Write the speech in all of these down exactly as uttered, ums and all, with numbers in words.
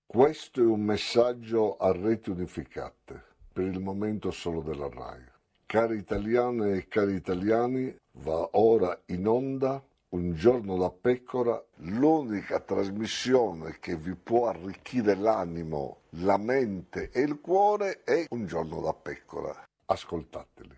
Questo è un messaggio a reti unificate, per il momento solo della RAI. Cari italiane e cari italiani, va ora in onda Un giorno da pecora, l'unica trasmissione che vi può arricchire l'animo, la mente e il cuore è Un giorno da pecora. Ascoltateli.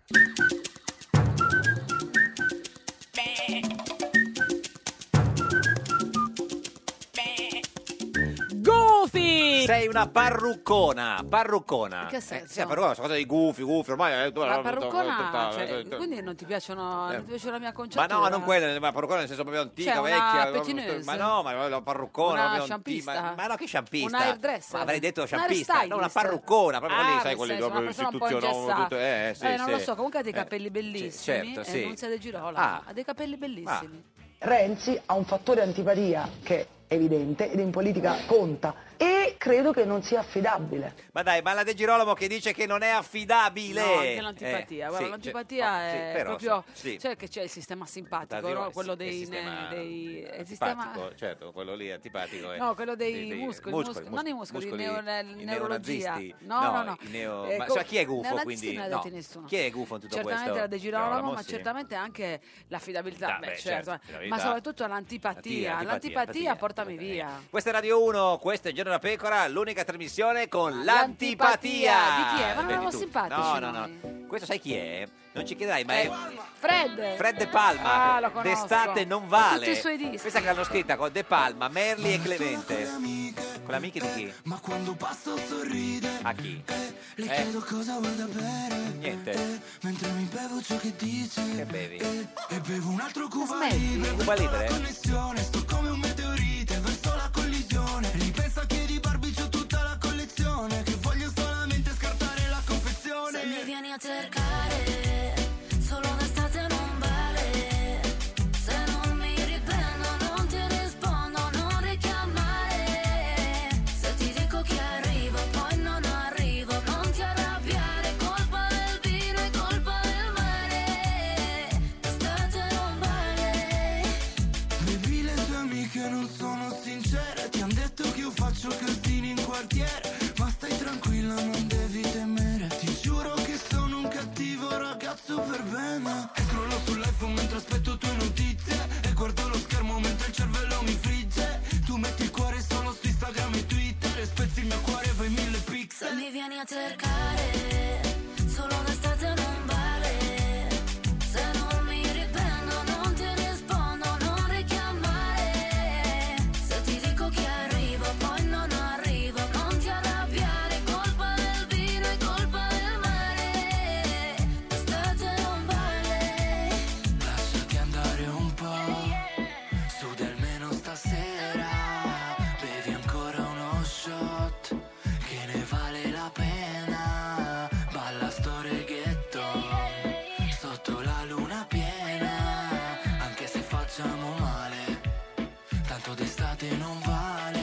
Goofy! Sei una parruccona, parruccona. In che Eh, senso? sì, la parruccona, sono cosa di gufi, gufi, ormai... La parruccona, cioè, quindi non ti piacciono, non ti piace la mia Ma conciatura? no, non quella, ma parruccona nel senso proprio antica, Cioè, una vecchia. pettinese? Ma no, ma la parruccona, Una proprio sciampista? anti- Ma, ma no, che sciampista? Una hairdresser? Ma avrei detto Una sciampista, no, una hairstylist? parruccona, proprio Ah, lì, sai, nel quelli senso, proprio una persona un po' istituzionali, ingessata. tutto- eh, sì, Eh, non lo sì. so, comunque ha dei Eh, capelli sì, bellissimi. certo, e sì. non sia di Girolamo, Ah. ha dei capelli bellissimi. Renzi ha un fattore antipatia che è evidente ed in politica conta e credo che non sia affidabile. Ma dai, ma la De Girolamo che dice che non è affidabile. No, anche l'antipatia, Eh, guarda, sì, l'antipatia cioè, è no, sì, però, proprio, sì. cioè che c'è il sistema simpatico, Davvero, no? sì, Quello il dei, sistema dei il sistema, Antipatico, certo, quello lì antipatico. È, no, quello dei, dei- dei muscoli, muscoli, muscoli, non i muscoli, muscoli, i neo- i neurologia. neonazisti. No, no, no. i neo- Eh, ma co- cioè, chi è gufo neonazisti quindi? non l'ha No. detto nessuno. Chi è gufo in tutto Certamente questo? la De Girolamo, Girolamo, ma sì. certamente anche l'affidabilità, Ah, beh, beh, certo, certo, eh. l'affidabilità. ma soprattutto l'antipatia. Antipatia, L'antipatia, antipatia, portami via. Questa è Radio uno, questo è Giorno da Pecora, l'unica trasmissione con L'antipatia. l'antipatia. Di chi è? Ma non Vedi eravamo tu. simpatici No, no, noi. no. Questo sai chi è? Non ci chiederai, ma è Fred. Fred De Palma. Ah, lo conosco. D'estate non Con vale. tutti i suoi dischi. Questa che l'hanno scritta con De Palma, Merli e Clemente. Con le amiche di chi? Ma quando passo sorride, A chi? le Eh? chiedo cosa vuoi da bere. Niente. eh, mentre mi bevo ciò che dice. Che bevi? eh, e bevo un altro Cuba Smetti. Libre. Cuba Perdo Libre? la connessione, sto come un meteorite verso la collisione. Ripensa che di Barbie c'ho tutta la collezione. Che voglio solamente scartare la confezione. Se mi vieni a cercare, solo d'estate non vale. Se non mi riprendo, non ti rispondo, non richiamare. Se ti dico che arrivo, poi non arrivo, non ti arrabbiare. Colpa del vino e colpa del mare. D'estate non vale. Baby, le tue amiche non sono sincere. Ti han detto che io faccio casini in quartiere. Ma stai tranquilla, non devi temere. Ti giuro che sono un cattivo ragazzo per bene. E scrollo sull'iPhone mentre aspetto tue notizie. E guardo lo schermo mentre il cervello mi frigge. Tu metti il cuore solo su Instagram e Twitter. E spezzi il mio cuore e vai mille Se pixel. mi vieni a cercare, solo d'estate non vale. Se non mi riprendo, non ti rispondo, non richiamare. Se ti dico che arrivo, poi non arrivo, non ti arrabbiare. Colpa del vino e colpa del mare. D'estate non vale. Lasciati andare un po'. Su del meno stasera. Bevi ancora uno shot. Che ne vale la pena. Balla sto reggaeton sotto la luna piena. Anche se facciamo male, tanto d'estate non vale.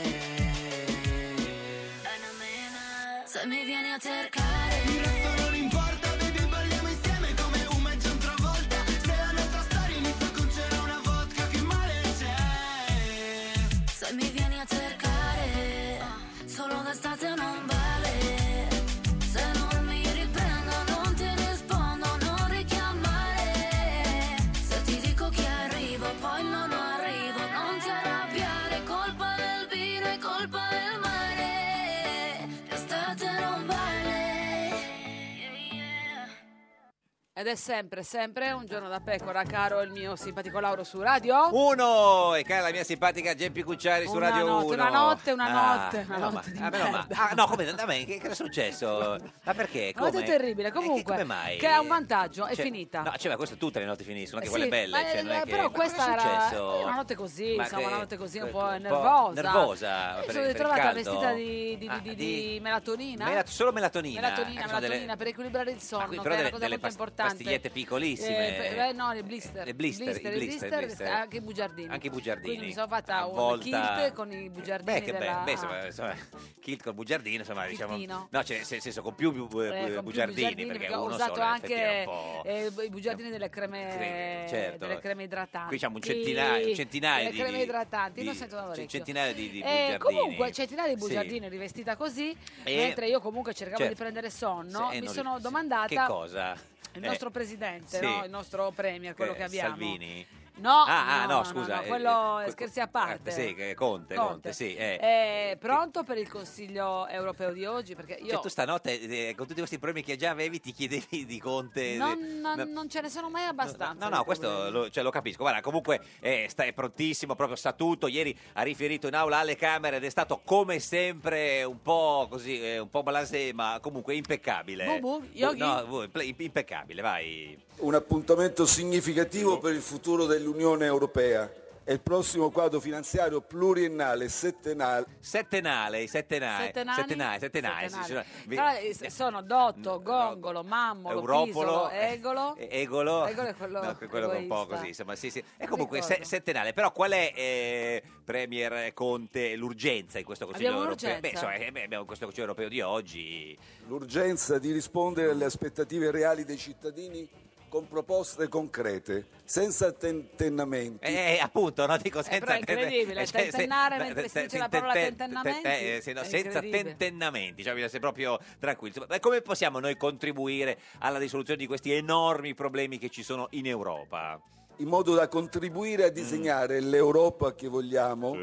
Se mi vieni a cercare, Il resto non importa, baby, balliamo insieme come un mezzo un'altra volta. Se la nostra storia inizia con c'era una vodka, che male c'è? se mi vieni a cercare, solo d'estate non vale. Se non mi riprendo, non ti rispondo, non richiamare. Se ti dico che arrivo, poi non arrivo, non ti arrabbiare. Colpa del vino e colpa del mare. D'estate non vale. Ed è sempre, sempre un giorno da pecora, caro il mio simpatico Lauro su radio. Uno! E cara la mia simpatica Geppi Cucciari su Una Radio notte, uno. una notte, una Ah, notte, una no, notte ma- di ah, però, ma- merda. ah, no, come? Da me, che cosa è successo? Ma perché? Una notte Come? terribile, Eh, che- comunque, come mai? che ha un vantaggio, è Cioè, finita. No, cioè, ma queste tutte le notti finiscono, anche Sì, quelle belle. ma, cioè, non è eh, che- però ma questa cosa è era successo? una notte così, Ma insomma, che- una notte così un un po' po' nervosa. nervosa, Io per- sono per il ritrovata caldo? vestita di, di, Ah, di, di, di- di melatonina. Melat- solo melatonina. Melatonina, Eh, sono melatonina delle- per equilibrare il sonno, qui- che però è una delle- cosa delle molto pas- importante. pastigliette piccolissime. Eh, eh, no, le blister. Le blister, blister, i i blister, blister, blister. anche i bugiardini. Anche i bugiardini. Quindi mi sono fatta un Avvolta- kilt con i bugiardini Beh, che della... bello. Beh, insomma, insomma, kilt col bugiardino, insomma, diciamo. Kiltino. No, cioè, nel senso con più bu- bu- Eh, con più bugiardini, perché ho uno usato solo in effetti anche è un po'. eh, i bugiardini delle creme, Creme, certo. delle creme idratanti. Qui siamo un centinaio, un centinaio delle di creme di- idratanti, di- non sento da orecchio. centinaia di, di Eh, bugiardini. comunque centinaia di Sì. bugiardini rivestita così, E- mentre io comunque cercavo certo. di prendere sonno, Sì, eh, mi non- sono domandata Che cosa? il Eh, nostro presidente, sì. no? Il nostro premier, quello Eh, che abbiamo. Salvini? No, Ah, ah, no, no, scusa. no, eh, quello eh, è scherzi a parte. eh, sì, che- Conte, Conte, Conte. sì. eh. È pronto per il Consiglio europeo di oggi? Perché io Cioè, tu stanotte, eh, con tutti questi problemi che già avevi, ti chiedevi di Conte. non, eh, non- no- non ce ne sono mai abbastanza. No, di no, questo problemi. lo, cioè, lo capisco. Guarda, comunque eh, sta, è prontissimo, proprio sa tutto. Ieri ha riferito in aula alle Camere ed è stato come sempre un po' così, eh, un po' blasé, ma comunque impeccabile. Bu, bu, Yogi? No, bu- impe- impeccabile, vai. Un appuntamento significativo per il futuro dell'Unione Europea. È il prossimo quadro finanziario pluriennale settenale. Settenale, settenale, Sette nani? settenale, settenale, sì, Settenali. sì, vi- Tra- eh, sono Dotto, Gongolo, Mammolo, Europolo, Pisolo, Egolo. eh, Egolo, Egolo è quello no, quello che è un po' egoista. così, insomma, sì, sì. È comunque Ricordo. se- settenale, però qual è, eh, Premier Conte, l'urgenza in questo Consiglio Abbiamo europeo? Beh, un'urgenza? insomma, eh, beh, abbiamo questo Consiglio europeo di oggi. L'urgenza di rispondere alle aspettative reali dei cittadini con proposte concrete, senza tentennamenti. Eh, appunto, no, dico senza... però è incredibile, eh, cioè, se- tentennare se- mentre si se- dice la te- parola te- tentennamenti, te- eh, sì, no, è senza incredibile. tentennamenti, cioè bisogna essere proprio tranquilli. Insomma, come possiamo noi contribuire alla risoluzione di questi enormi problemi che ci sono in Europa? In modo da contribuire a disegnare l'Europa che vogliamo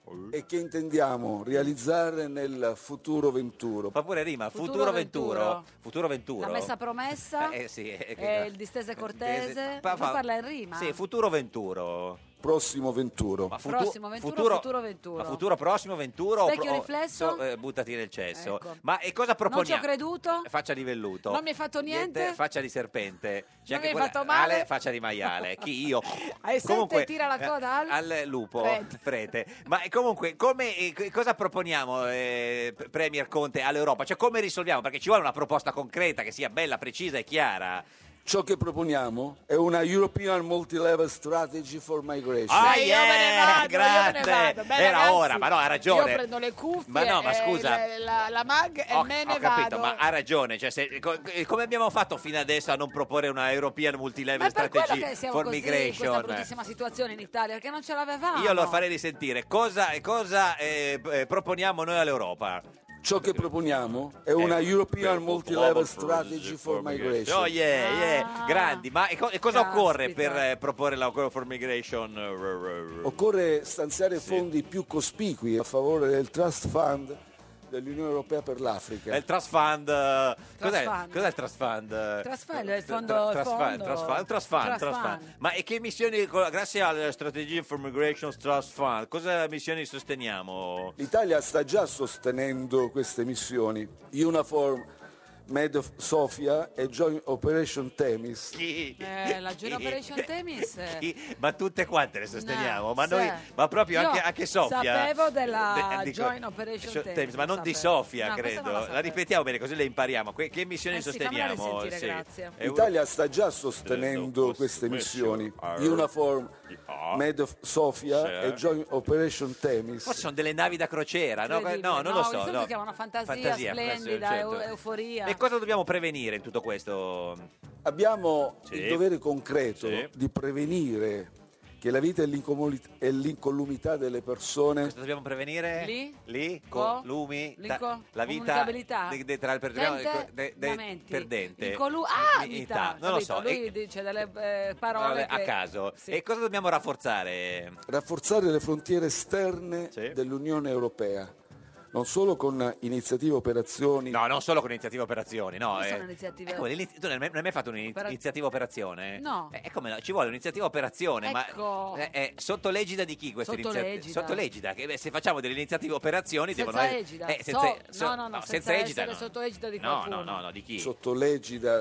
e che intendiamo realizzare nel futuro venturo. Fa pure rima, Futuro futuro venturo. venturo. Futuro venturo. La messa promessa, Eh, eh, sì, eh, eh, il distese cortese, Pa- poi fa- parla in rima. Sì, futuro venturo. Prossimo venturo. Ma futu- Prossimo venturo, futuro venturo. Ma futuro prossimo venturo. o Specchio pro- o- riflesso? so- eh, buttati nel cesso. Ecco. Ma e cosa Non ci ho proponiamo? creduto, Faccia di velluto. non mi hai fatto niente. Faccia di serpente. C'è Non anche mi hai quella- fatto male. Ale, faccia di maiale. Chi io? Hai sette, tira la coda al- al lupo. Prete. Prete. Ma eh, comunque, come, eh, co- cosa proponiamo, eh, Premier Conte, all'Europa? Cioè, come risolviamo? Perché ci vuole una proposta concreta che sia bella, precisa e chiara. Ciò che proponiamo è una European Multilevel Strategy for Migration. Ah, Eh, io me ne yeah, vado, io me ne grande. vado. Beh, Era ragazzi, ora, ma no, ha ragione. Io prendo le cuffie, Ma no, ma eh, scusa. la, la- la mag e Ho, me ne ho capito, vado. ma ha ragione. Cioè, se- co- come abbiamo fatto fino adesso a non proporre una European Ma Multilevel è per quello Strategy che siamo for così in questa Migration? bruttissima situazione in Italia, perché non ce l'avevamo. Io lo farei risentire. Cosa, cosa eh, eh, proponiamo noi all'Europa? Ciò che proponiamo è una Eh, European per- Multilevel Strategy for Migration. Oh yeah, yeah, Ah. grandi. Ma e co- e cosa Caspita. occorre per eh, proporre la for Migration? Occorre stanziare fondi più cospicui a favore del Trust Fund dell'Unione Europea per l'Africa. È il Trust Fund. eh, Cos'è, Fund. cos'è il Trust Fund? Trust Fund è il Tra- fondo- tra- il Trust fondo- Fund, Trust Fund, Trust Fund, Trust Trust Fund. Fund. Ma e che missioni, co- grazie alla Strategy for Migration Trust Fund, cosa missioni sosteniamo? L'Italia sta già sostenendo queste missioni. UNAFOR, Med of Sofia e Joint Operation Themis. Chi? Eh, la Joint Operation Themis, eh. Chi? Ma tutte quante le sosteniamo, No, ma noi, sì. ma proprio Io anche, anche Sofia. sapevo della De- dico- Joint Operation Sho- Themis, ma non di sapevo. Sofia, No, questa credo. non la La, sapevo. ripetiamo bene così le impariamo. Que- che missioni Eh sì, sosteniamo? fammela risentire, grazie. È un- L'Italia sta già sostenendo queste missioni. UNAFOR, Med of Sofia Sì. e Joint Operation Themis. Forse sono delle navi da crociera, no? Incredibile. No, non No, lo so. di solito no. si chiamano fantasia, Fantasia, splendida, certo. eu- euforia. E cosa dobbiamo prevenire in tutto questo? Abbiamo Sì. il dovere concreto Sì. di prevenire che la vita e l'incomoli- e l'incolumità delle persone Cosa dobbiamo prevenire? Lì? Lì? Co? Con lumi? L'inco- Ta- la vita comunicabilità? de- de- tra il per- Dente? de- de- Damenti. perdente. Incolu- ah, Mi- vita, non lo capito? so. Lui E- dice delle eh, parole a che- caso. Sì. E cosa dobbiamo rafforzare? rafforzare le frontiere esterne Sì. dell'Unione Europea, non solo con iniziative e operazioni. No, non solo con iniziative operazioni, no. Quali eh. sono iniziative? È come l'inizi- tu non hai mai- non hai mai fatto Opera- un'iniziativa operazione? No. Eh, È come no, ci vuole un'iniziativa operazione, Ecco. ma eh, eh, sotto l'egida di chi queste Sotto iniziative? l'egida. Sotto l'egida, che beh, se facciamo delle iniziative operazioni Senza devono egida. eh, So- so- no, no, no, senza egida essere no. sotto egida di No, qualcuno. no, no, no, di chi? Sotto l'egida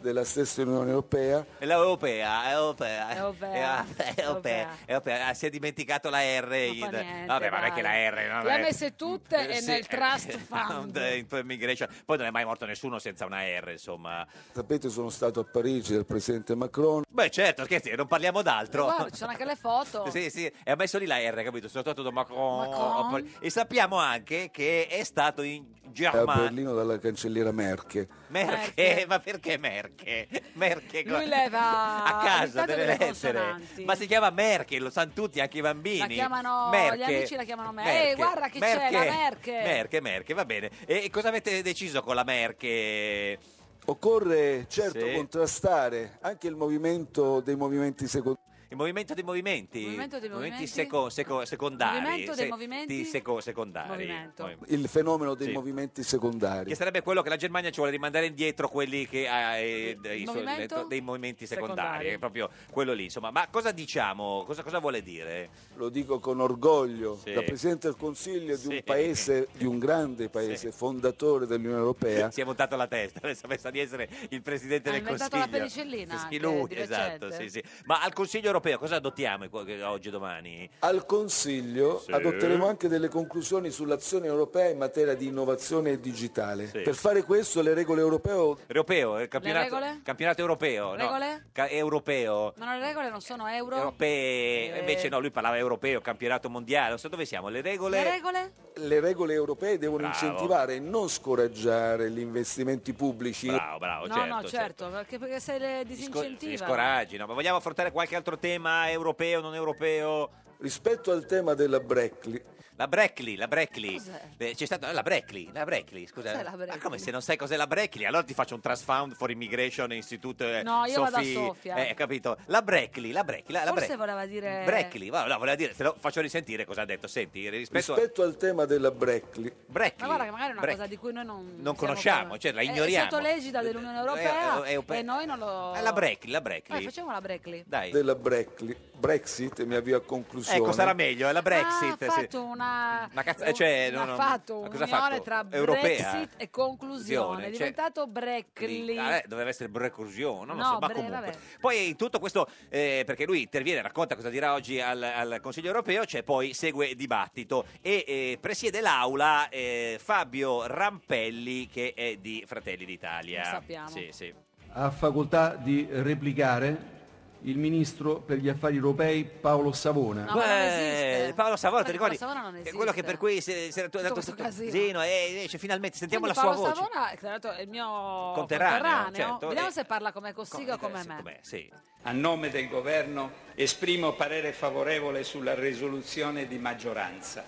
della stessa Unione Europea. L'europea, europea, Europea, eh, europea, europea. Ah, si è dimenticato la R. Non fa niente, Vabbè, ma non è dai. che la R non Le ha è- messe tutte e Sì, nel trust eh, fund. in immigration. Poi non è mai morto nessuno senza una R, insomma. Sapete, sono stato a Parigi dal presidente Macron. Beh, certo, scherzi, non parliamo d'altro. Guarda, ci sono anche le foto. Sì, sì, e ha messo lì la R, capito? Sono stato da Macron. Macron. E sappiamo anche che è stato in A Germania. Berlino dalla cancelliera Merkel. Merche, ma perché Merche? Merche Lui leva a casa ogni tanto delle delle lettere. consonanti. Ma si chiama Merkel, lo sanno tutti, anche i bambini. La chiamano, Merche. gli amici la chiamano me. Ehi, guarda che c'è, la Merche. Merche, Merche, va bene. E cosa avete deciso con la Merche? Occorre certo Sì. contrastare anche il movimento dei movimenti secondari. Il movimento dei movimenti? Movimento dei movimenti? seco- seco- secondari. Movimento dei movimenti? seco- secondari. Movimento. Movimento. Il fenomeno dei Sì. movimenti secondari. Che sarebbe quello che la Germania ci vuole rimandare indietro quelli che ha eh, dei, movimento? dei movimenti secondari, Secondari. è proprio quello lì. Insomma, ma cosa diciamo? Cosa, cosa vuole dire? Lo dico con orgoglio, Sì. da Presidente del Consiglio di Sì. un paese, di un grande paese, Sì. fondatore dell'Unione Europea. Si è montato la testa, adesso pensa di essere il presidente Ha del inventato Consiglio. la penicillina Sì, anche, lui, di esatto, recente. sì, sì. Ma al Consiglio europeo cosa adottiamo oggi e domani? Al Consiglio Sì. adotteremo anche delle conclusioni sull'azione europea in materia di innovazione digitale. Sì. Per fare questo le regole europee Europeo, il campionato, regole? campionato europeo. no? Regole? Ca- europeo. Ma no, le regole non sono euro? Europee, Eh. invece no, lui parlava europeo, campionato mondiale. Non so dove siamo, le regole. Le regole? le regole europee devono Bravo. incentivare e non scoraggiare gli investimenti pubblici. Bravo, bravo, No, certo, no, certo, perché, perché se le Ti sco- ti disincentiva. scoraggi, no? Ma vogliamo affrontare qualche altro tema europeo, non europeo? Rispetto al tema della Brexit, La Brackley, la Brackley. Cos'è? Eh, c'è stata la Brackley, la Brackley, scusa. Cos'è la Brackley? Ma come se non sai cos'è la Brackley? Allora ti faccio un Trust Fund for Immigration Institute. eh, No, io vado a Sophie- Sofia. Eh, capito? La Brackley, la Brackley, la, la Forse Brac- voleva dire... Brackley, va, no, voleva dire, te lo faccio risentire cosa ha detto. Senti, rispetto, rispetto al tema della Brexit, a Brackley. Ma guarda che magari è una Brackley. cosa di cui noi non, Non siamo conosciamo, con- cioè la È- ignoriamo. È sotto l'egida dell'Unione Europea Eh, eh, eh, e noi non lo... Eh, La Brackley, la Brackley. Dai, facciamo la Brackley. Dai. della Brexit, Brexit, e mi avvio a conclusione. Ecco, sarà meglio, è la Brexit. Ah, ha sì. fatto una, Una cazz- eh, cioè, un- no, no, ha fatto ma cosa ha un'unione fatto? tra Europea? Brexit e conclusione. È Cioè- diventato Brackley. Ah, eh, doveva essere Brecursion, non lo No, so, ma bre- comunque. vabbè. Poi tutto questo, eh, perché lui interviene, racconta cosa dirà oggi al, al Consiglio europeo, cioè poi segue dibattito e eh, presiede l'aula eh, Fabio Rampelli, che è di Fratelli d'Italia. Lo sappiamo. Sì, sì. Ha facoltà di replicare il ministro per gli affari europei Paolo Savona. No, ma non esiste. Eh, Paolo Savona, ti Paolo ricordi? Savona non È esiste. quello che per cui si si era Tutto dato questo questo casino. casino e invece finalmente sentiamo Quindi la sua Paolo voce. Savona, tra l'altro, è il mio Conterraneo, conterraneo. certo. Vediamo Eh, se parla come Cossiga o come sì, me. com'è, sì. A nome del Governo esprimo parere favorevole sulla risoluzione di maggioranza,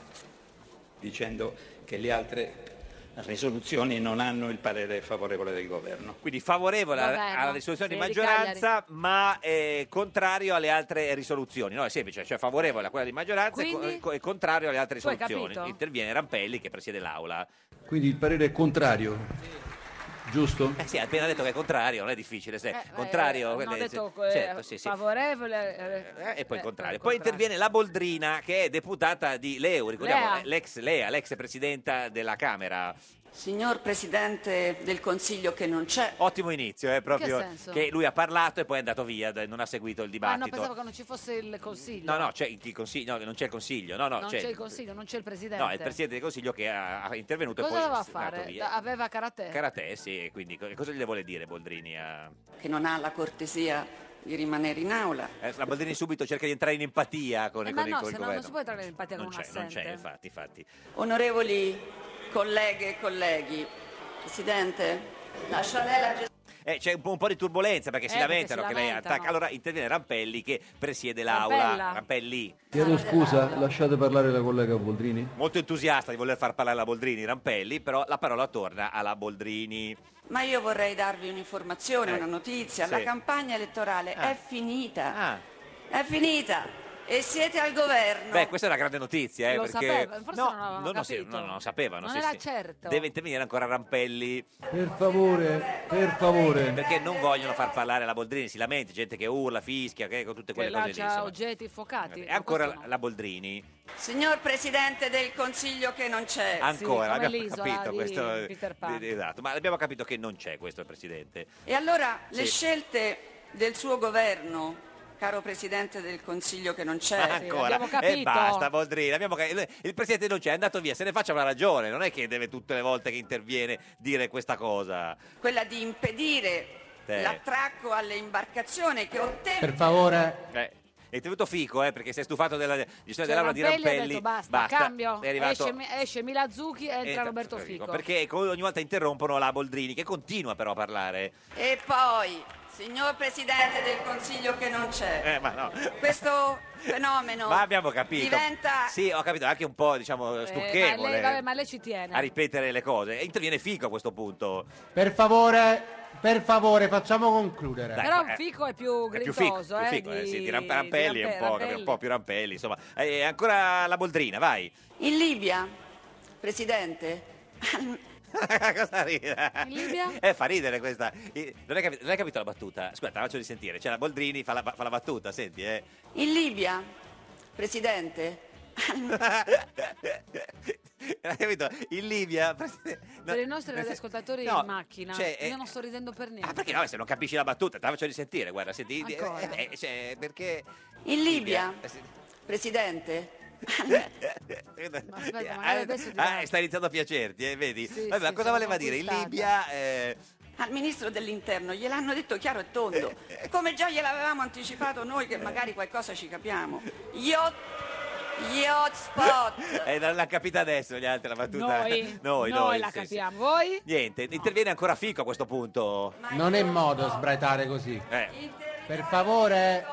dicendo che le altre risoluzioni non hanno il parere favorevole del Governo. Quindi favorevole alla- Governo, alla risoluzione sì, di di maggioranza, ma eh, contrario alle altre risoluzioni. No, è semplice, cioè favorevole a quella di maggioranza e co- Quindi? co- e contrario alle altre Tu hai risoluzioni. capito? Interviene Rampelli che presiede l'aula. Quindi il parere è contrario, giusto? Eh sì, ha appena detto che è contrario, non è difficile. Se Eh, contrario, eh, quelle- hanno detto sì, eh, certo, sì, sì. favorevole eh, Eh, e poi eh, contrario. eh, Poi contrario. interviene la Boldrina, che è deputata di Leu, ricordiamo, Lea. eh, l'ex Lea, l'ex presidenta della Camera. Signor Presidente del Consiglio che non c'è, Ottimo inizio, eh, proprio che senso? che lui ha parlato e poi è andato via, d- non ha seguito il Ah, dibattito. no, pensavo che non ci fosse il consiglio. No, no, c'è il consiglio, no, non c'è il consiglio, no, no, non c'è, c'è il consiglio, non c'è il presidente. no, è il presidente del consiglio che ha, ha intervenuto Cosa e poi doveva è andato fare? via. Da- Aveva karate? Karate, sì, e quindi co- cosa gli vuole dire Boldrini? A... che non ha la cortesia di rimanere in aula. Eh, la Boldrini subito cerca di entrare in empatia con, Eh, con ma il, no, con il se no governo. non si può entrare in empatia con non un c'è, non assente. c'è, infatti, infatti. Onorevoli colleghe e colleghi, Presidente, lascia lei la gestione. Eh, c'è un po', un po' di turbolenza perché si Eh, perché lamentano si che lei lamentano. attacca. Allora interviene Rampelli che presiede l'aula. Rampella. Rampelli, Chiedo scusa, lasciate parlare la collega Boldrini. molto entusiasta di voler far parlare la Boldrini, Rampelli, però la parola torna alla Boldrini. Ma io vorrei darvi un'informazione, Eh, una notizia. sì. La campagna elettorale Ah. è finita. Ah, È finita. e siete al governo. Beh, questa è una grande notizia, eh, Lo perché sapeva, forse no, non avevano non, si- capito. no, non sapevano. Non sì, era sì. certo. Deve intervenire ancora Rampelli. Per favore, per favore. Perché non vogliono far parlare la Boldrini, si lamenta, gente che urla, fischia, che con tutte Che quelle cose lì. lancia insomma. oggetti fuocati. E ma ancora questo la, la Boldrini. Signor Presidente del Consiglio che non c'è. Ancora, come abbiamo l'isola capito di questo. Peter Pan. eh, Esatto, ma abbiamo capito che non c'è questo il Presidente. E allora le Sì. scelte del suo governo, caro Presidente del Consiglio che non c'è, Ancora. E basta, Boldrini. Abbiamo ca- il, il Presidente non c'è, è andato via, se ne faccia una ragione. Non è che deve tutte le volte che interviene dire questa cosa. quella di impedire Eh. l'attracco alle imbarcazioni che ottengono. Per favore. Eh, è tenuto fico, eh, perché si è stufato della gestione Cioè, dell'aula di Rampelli ha Rampelli. detto basta, cambio, È arrivato. esce, esce Milazzucchi e entra entra Roberto Fico. Perché ogni volta interrompono la Boldrini, che continua però a parlare. E poi, signor Presidente del Consiglio che non c'è, Eh, ma no. questo fenomeno Ma abbiamo capito. diventa... Sì, ho capito, anche un po', diciamo, Eh, stucchevole ma, lei, vabbè, ma lei ci tiene. a ripetere le cose. E interviene Fico a questo punto. Per favore, per favore, facciamo concludere. Dai, Però eh, Fico è più È più fico, grintoso, più eh, fico, eh, di, sì, di Ramp- Rampelli è un po', Rampelli. un po' più Rampelli, insomma. E ancora la Boldrina, vai. In Libia, Presidente, Cosa ride? In Libia? Eh, fa ridere questa. Eh, Non hai capito, non hai capito la battuta? Aspetta, la faccio risentire. C'è la Boldrini, fa la, fa la battuta, senti, eh. in Libia, Presidente, Hai capito? In Libia. presidente- no, Per i nostri nel sen- radioascoltatori no, in macchina, cioè, eh, io non sto ridendo per niente. Ah, perché no? Se non capisci la battuta, te la faccio risentire, guarda, senti. eh, Ancora? eh, eh, cioè, perché. in Libia, Eh, sì. Presidente, Ma aspetta, magari adesso ti Ah, dà- sta iniziando a piacerti, eh, vedi? Sì, Vabbè, ma sì, cosa sono voleva dire? In conquistata. Libia. eh, al Ministro dell'Interno gliel'hanno detto chiaro e tondo, come già gliel'avevamo anticipato noi che magari qualcosa ci capiamo. Yacht, yacht spot. Eh, non l'ha capita adesso gli altri la battuta. Noi, noi, noi noi, la sì, sì. capiamo. Voi? Niente, interviene ancora Fico a questo punto. Non è modo sbraitare così. Eh, Per favore,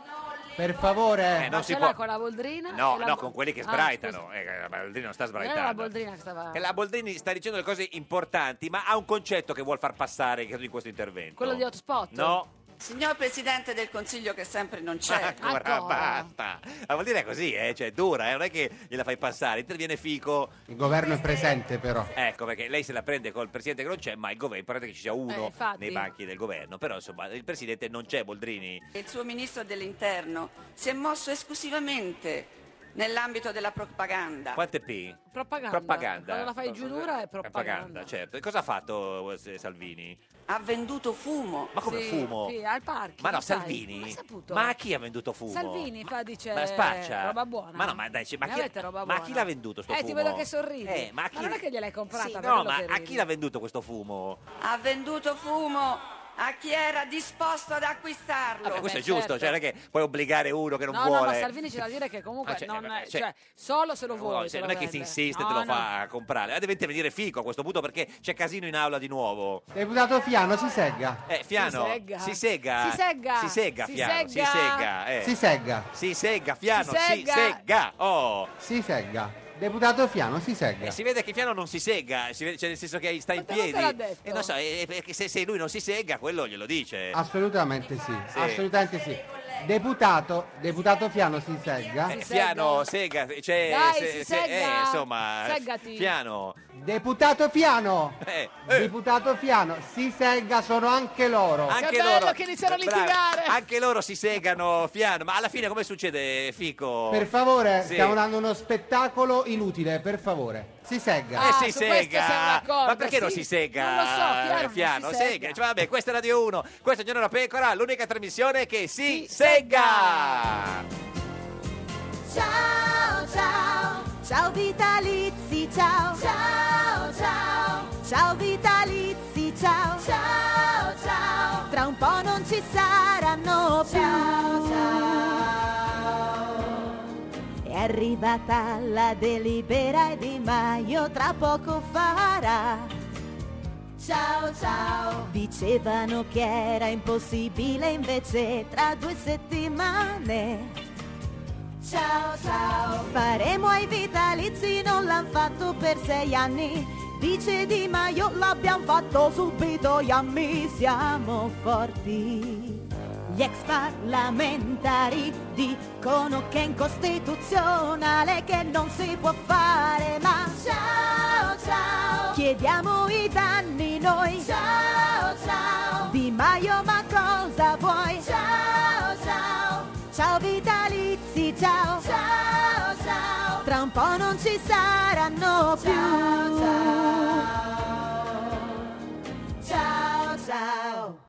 per favore. Eh, non Ma si ce può. l'ha con la Boldrina? No, e la no, Bo- con quelli che Ah, sbraitano. scusa. Eh, la Boldrini non sta Non era la sbraitando. Boldrina che stava... E la Boldrini sta dicendo le cose importanti, ma ha un concetto che vuol far passare credo, in questo intervento. Quello di hotspot? No. Signor Presidente del Consiglio che sempre non c'è. Ancora, Ancora. basta. Ma vuol dire così, eh? Cioè, dura, eh? Non è che gliela fai passare. Interviene Fico. Il governo è presente però. Ecco, perché lei se la prende col presidente che non c'è, ma il governo, pare che ci sia Eh, uno infatti. nei banchi del governo. Però, insomma, il presidente non c'è, Boldrini. Il suo Ministro dell'Interno si è mosso esclusivamente nell'ambito della propaganda. Quante P? Propaganda. Propaganda. Quando la fai giù dura è propaganda. Propaganda, certo. E cosa ha fatto eh, Salvini? Ha venduto fumo. Ma come Sì, fumo? Sì, al parchi. Ma no, lo sai. Salvini? Ma hai saputo? Ma a chi ha venduto fumo? Salvini fa, dice, Ma spaccia? roba buona. Ma no, ma dai, ma Ne chi, avete roba ma buona? chi l'ha venduto sto Eh, fumo? ti vedo che sorridi. Eh, ma, a chi... non è che gliel'hai comprata, Sì, per no, quello ma che a ridi. chi l'ha venduto questo fumo? Ha venduto fumo a chi era disposto ad acquistarlo. Vabbè, questo beh, è giusto, certo. cioè non è che puoi obbligare uno che non No, vuole. no, ma Salvini c'è da dire che comunque Ah, cioè, non, vabbè, cioè, cioè- solo se lo No, vuoi. cioè, te lo non è che si vende. insiste e te No, lo no. fa comprare. Eh, deve intervenire Fico a questo punto perché c'è casino in aula di nuovo. Deputato Fiano, si segga. Eh, Fiano, Si segga. si sega. Si segga. Si segga, Si Fiano, si segga. segga. eh. Si segga. Si segga, Fiano, Si si segga. segga. Oh. Si segga. Deputato Fiano, si segga. E si vede che Fiano non si sega, si vede- cioè nel senso che sta in te non te piedi. l'ha detto? E non so, eh, perché se, se lui non si sega, quello glielo dice. Assolutamente sì, Sì. assolutamente sì. Deputato, deputato Fiano si segga. Eh, Fiano, sega, cioè, Dai, se- si se- segga. eh, insomma, Seggati. Fiano. Deputato Fiano. Eh, eh, Deputato Fiano, si segga, sono anche loro. anche bello loro, che iniziano a bravo, litigare. anche loro si segano, Fiano, ma alla fine come succede, Fico? Per favore, Sì. stiamo dando uno spettacolo inutile, per favore. Si segga. Eh, Ah, si su questo sega, siamo d'accordo, ma perché non sì. si sega? Non lo so, Fiano eh, non Fiano, si sega. sega. Cioè, vabbè, questa è Radio uno, questa è Giorno da Pecora, l'unica trasmissione che si, Si segga. Ciao ciao, ciao vitalizi, ciao ciao ciao, ciao vitalizi, ciao ciao ciao, tra un po' non ci saranno più. Ciao ciao. È arrivata la delibera e Di Maio tra poco farà. Ciao ciao. Dicevano che era impossibile, invece tra due settimane. Ciao ciao. Faremo ai vitalizi, non l'han fatto per sei anni. Dice Di Maio, l'abbiamo fatto subito, yammi, siamo forti. Gli ex parlamentari dicono che è incostituzionale, che non si può fare, ma ciao ciao, chiediamo i danni noi. Ciao ciao, Di Maio ma cosa vuoi? Ciao ciao, ciao vitalizi, ciao ciao ciao, tra un po' non ci saranno più. Ciao ciao, ciao ciao.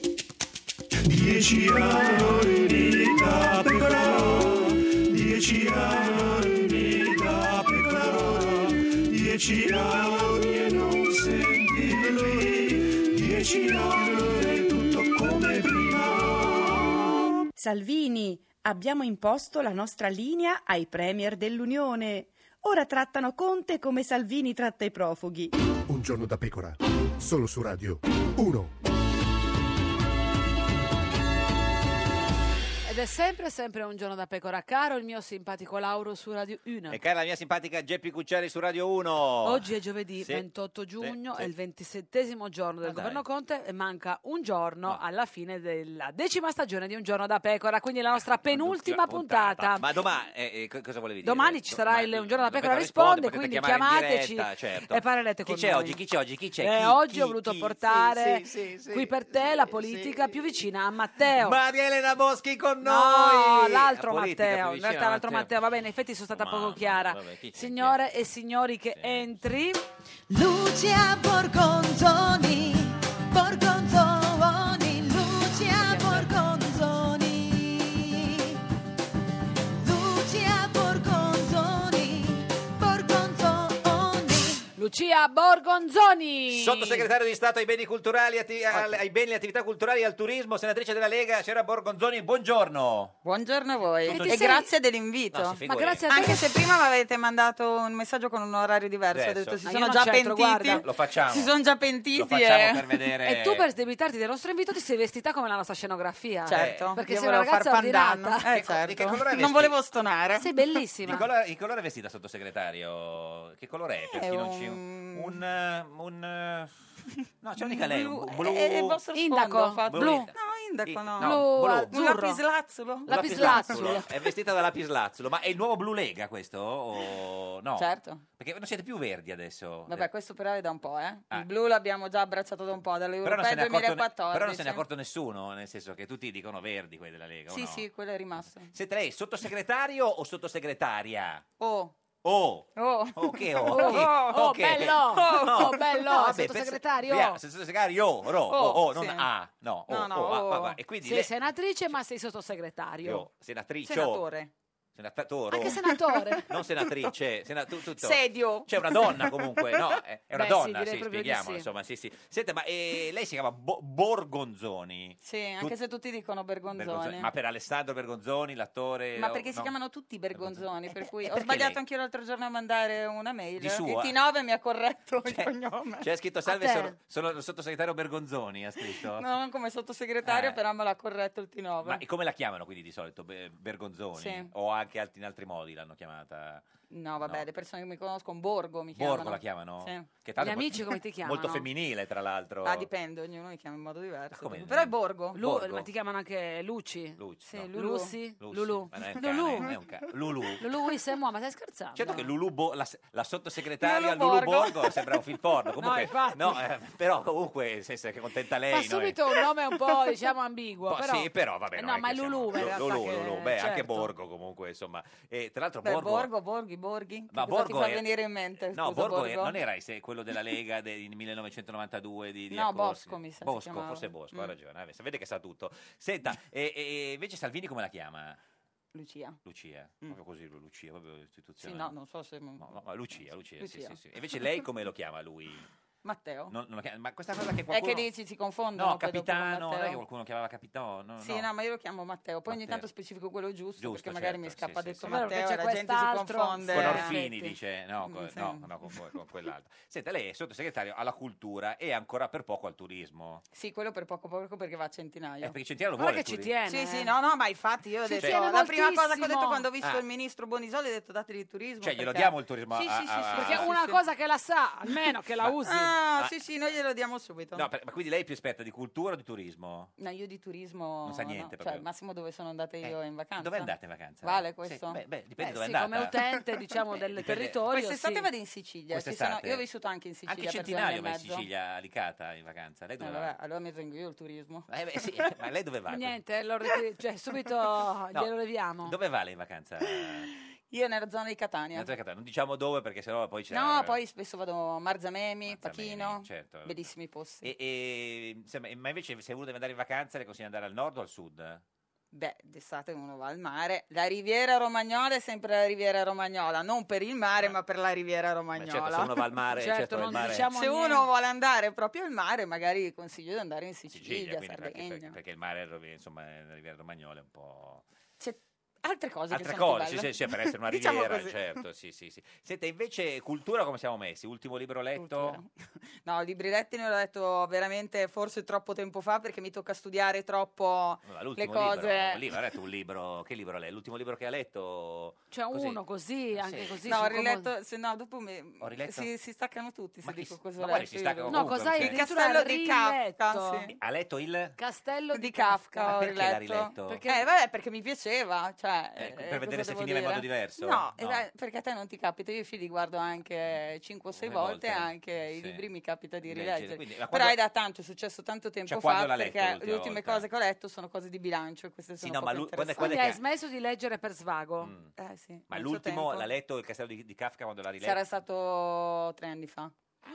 Dieci anni da pecora, dieci anni da pecora, dieci anni e non sentirli, dieci anni e tutto come prima. Salvini, abbiamo imposto la nostra linea ai premier dell'Unione. Ora trattano Conte come Salvini tratta i profughi. Un giorno da pecora, solo su Radio uno. Ed è sempre, sempre un giorno da pecora, caro il mio simpatico Lauro su Radio uno. E cara la mia simpatica Geppi Cucciari su Radio uno. Oggi è giovedì Sì. ventotto giugno, Sì, sì. è il ventisettesimo giorno del Ma dai. governo Conte e manca un giorno alla fine della decima stagione di Un giorno da pecora, quindi la nostra penultima puntata. Ma domani, eh, eh, co- cosa volevi dire? Domani ci sarà il Un giorno da pecora Pecora risponde, risponde, quindi potete chiamare in chiamateci diretta, certo. e parlerete con Chi c'è noi. oggi? Chi c'è oggi? Chi c'è? Eh, Chi? oggi Chi? ho voluto Chi? portare Sì, sì, sì, qui per te la politica più vicina a Matteo. Maria Elena Boschi con No, noi! l'altro La politica Matteo, più in vicina realtà a l'altro Matteo, va bene, in effetti sono stata poco chiara. vabbè, chi c'è? Signore e signori che entri. Lucia Borgonzoni, Borgonzoni, Lucia Borgonzoni, Lucia Borgonzoni, Borgonzoni. Lucia Borgonzoni. Sottosegretario di Stato ai beni culturali, atti- al- ai beni, alle attività culturali e al turismo, senatrice della Lega, signora Borgonzoni, buongiorno. Buongiorno a voi Tutto- e Ti sei- grazie dell'invito. No, si figuri. Ma grazie a te. Anche se prima mi avete mandato un messaggio con un orario diverso, ho Adesso. detto si Ma sono io già non c'entro, pentiti. guarda. Lo facciamo. Si sono già pentiti. Lo facciamo e... per vedere. E tu per sdebitarti del nostro invito ti sei vestita come la nostra scenografia. Certo, Perché io sei una volevo far ragazza pandan. ordinata. Eh, certo. Di che colore è Non vestito? volevo stonare. Sei Di bellissima. colore, di colore è vestita, sottosegretario? Che colore è? Per È chi non ci... un- Un... eh, un eh, no, ce lo dica lei. Blu- un blu... è il vostro sfondo, Indaco, ho fatto. blu. No, indaco no. No, Blu, blu. azzurro. Un lapislazzulo. Lapislazzulo. È vestita da lapislazzulo, ma è il nuovo Blu Lega questo? O no? Certo. Perché non siete più verdi adesso. Vabbè, questo però è da un po', eh. Ah. Il blu l'abbiamo già abbracciato da un po', Però non, dall'Europeo se ne è accorto, ne- duemilaquattordici. però non se ne è accorto nessuno, nel senso che tutti dicono verdi quelli della Lega. o Sì, no? sì, quello è rimasto. Siete lei sottosegretario o sottosegretaria? Oh. Oh! Oh, Oh, che oh? Oh, Chi? oh, oh, che- bello! No. Oh, bello! No, vabbè, Sottosegretario? pensa- via, sottosegretario, ro, oh, Oh, oh, non sì. A, no, oh, No, no, oh, ah, oh. va, va. E quindi Sei lei, senatrice ma sei sottosegretario. io, senatrice, senatore. senatore, Anche senatore. non senatrice, sena- tu- tutto. Sedio. C'è una donna comunque, no? È è una Beh, sì, donna, direi sì, proprio di spieghiamo, sì. insomma, sì, sì. Senta, ma eh, lei si chiama Bo- Borgonzoni. Sì, anche Tut- se tutti dicono Bergonzoni. Bergonzoni. Ma per Alessandro Bergonzoni, l'attore... Ma oh, perché si no? chiamano tutti Bergonzoni, per cui e ho perché sbagliato lei? anche io l'altro giorno a mandare una mail. Di sua? Il T nove mi ha corretto il cognome. C'è scritto salve, A te? sono, sono il sottosegretario Bergonzoni, ha scritto. No, non come sottosegretario, Eh. però me l'ha corretto il T nove. Ma e come la chiamano quindi di solito? Be- Bergonzoni? Sì. O anche alt- in altri modi l'hanno chiamata? No, vabbè, No. le persone che mi conoscono Borgo mi Borgo chiamano. la chiamano? Sì. Che tanto Gli poi- amici come ti chiamano? Molto femminile, tra l'altro. Ah, dipende, ognuno mi chiama in modo diverso. come? Però è Borgo. Lu- Borgo. ma ti chiamano anche Luci? Luci, Sì, no. Lulu. Lucy? Lucy. Lulu. Ma non è un Lulu. cane, è un ca- Lulu. Lulu, oui, c'est moi, ma stai scherzando? Certo che Lulu Bo- la, la sottosegretaria Lulu Lulu Borgo. Borgo sembra un film porno. Comunque, infatti. no, eh, però comunque nel senso che contenta lei. Fa no? subito un nome un po', diciamo, ambiguo. Po- però... Sì, però vabbè. Eh, non no, è ma che è siamo- Lulu, in realtà, Lulu, che- Lulu, beh, anche certo. Borgo comunque, insomma. E tra l'altro Beh, Borgo... Borgo, Borghi, Borghi. Ma Che cosa Borgo ti fa è- venire in mente? No, scusa, Borgo, Borgo? è- non era se- quello della Lega del millenovecentonovantadue di, di No, Accorsi? Bosco, mi sa si Bosco, chiamava. forse Bosco, ha Mm. ragione. eh, Sapete che sa tutto. Senta, e, e invece Salvini come la chiama? Lucia. Lucia, Mm. proprio così, Lucia, proprio Sì, istituzione. no, non so se... No, no, ma Lucia, Lucia, sì, Lucia. sì, sì. E invece lei come lo chiama lui? Matteo. Non- non lo chiama- ma questa cosa che È qualcuno... che dici, si confondono. No, poi dopo con capitano, non è Matteo. che qualcuno chiamava capitano? No, Sì, no, ma io lo chiamo Matteo. Poi ogni Matteo. tanto specifico quello giusto, Giusto, perché magari certo, mi scappa sì, sì, detto sì. Matteo Però e c'è la gente si quest'altro. confonde. Con Eh, Orfini effetti. dice, no, con, Mm, sì. no, no, con, con- con quell'altro. Senta, lei è sottosegretario alla cultura e ancora per poco al turismo. Sì, quello per poco poco perché va a centinaio. Eh, perché Centinaio lo Guarda vuole che il ci turismo. tiene. Sì, eh. sì, no, no, ma infatti io ho Ci detto, tiene la prima cosa che ho moltissimo. detto quando ho visto Ah. il ministro Bonisoli, ho detto dateli il turismo. Cioè, glielo perché- diamo il turismo Sì, a- sì, sì, a- sì, a- Perché sì, una sì. cosa che la sa, almeno che la usi. Ah, no, Ah. sì, sì, noi glielo diamo subito. No, per- ma quindi lei è più esperta di cultura o di turismo? No, io di turismo Non sa no. niente Cioè, proprio. al massimo dove sono andata io in vacanza. Dove andate in vacanza? Vale Sì, questo? beh, beh, dipende Eh, dove sì, è andata. come utente, diciamo, del Dipende- territorio. Quest'estate sì. vado in Sicilia. Ci Quest'estate? sono- io ho vissuto anche in Sicilia Anche per due Centinaio anni e va in mezzo. Sicilia, a Licata, in vacanza. Lei Eh, dove vabbè, va? allora mi tengo io il turismo. Eh, beh, sì, ma lei dove va? Niente, lo ritiri- cioè, subito glielo leviamo. Dove va lei in vacanza? Io nella zona di Catania. Nella zona Catania. Non diciamo dove perché sennò poi c'è... No, poi spesso vado a Marzamemi, Pachino, certo. bellissimi posti. E, e, insomma, ma invece se uno deve andare in vacanza le consiglia di andare al nord o al sud? Beh, d'estate uno va al mare. La Riviera Romagnola è sempre la Riviera Romagnola, non per il mare, ma per la Riviera Romagnola. certo, se uno va al mare, certo, Certo, il non mare- diciamo se uno vuole andare proprio al mare, magari consiglio di andare in Sicilia, Sicilia, quindi perché, Sardegna. perché- perché il mare, insomma, la Riviera Romagnola è un po'... C'è altre cose Altre che sono più cose, sì, belle. sì, sì, per essere una Diciamo riviera, così. certo, sì, sì, sì. Senta, invece, cultura come siamo messi? Ultimo libro letto? No, libri letti ne ho letto veramente forse troppo tempo fa perché mi tocca studiare troppo Ma le l'ultimo cose. libro, libro, ha letto un libro, che libro lei? L'ultimo libro che ha letto? Cioè Così. uno così, anche così. No, ho su riletto, se no dopo mi, Ho riletto? si, si staccano tutti se dico cosa ma ho guardi, letto si staccano io. No, ovunque, cosa hai perché- Il addirittura castello di Kafka, riletto? sì. Ha letto il... Castello di Kafka Ma ho perché l'ha riletto. riletto? Perché, eh, vabbè, perché mi piaceva, cioè, Eh, eh, per cosa vedere se devo finiva in dire? modo diverso? No, No. eh, perché a te non ti capita, io i film li guardo anche cinque o sei Due volte, volte, anche i sì. libri mi capita di Leggere, rileggere. quindi- ma Però quando- è da tanto, è successo tanto tempo Cioè, fa, quando l'ha letto perché l'ultima le ultime volta? cose che ho letto sono cose di bilancio e queste Sì, sono no, ma poco lu- quando- interessanti. Quindi hai smesso di leggere per svago? Eh, sì, Ma molto l'ultimo tempo. l'ha letto il castello di, di Kafka quando l'ha riletto? Sarà stato tre anni fa.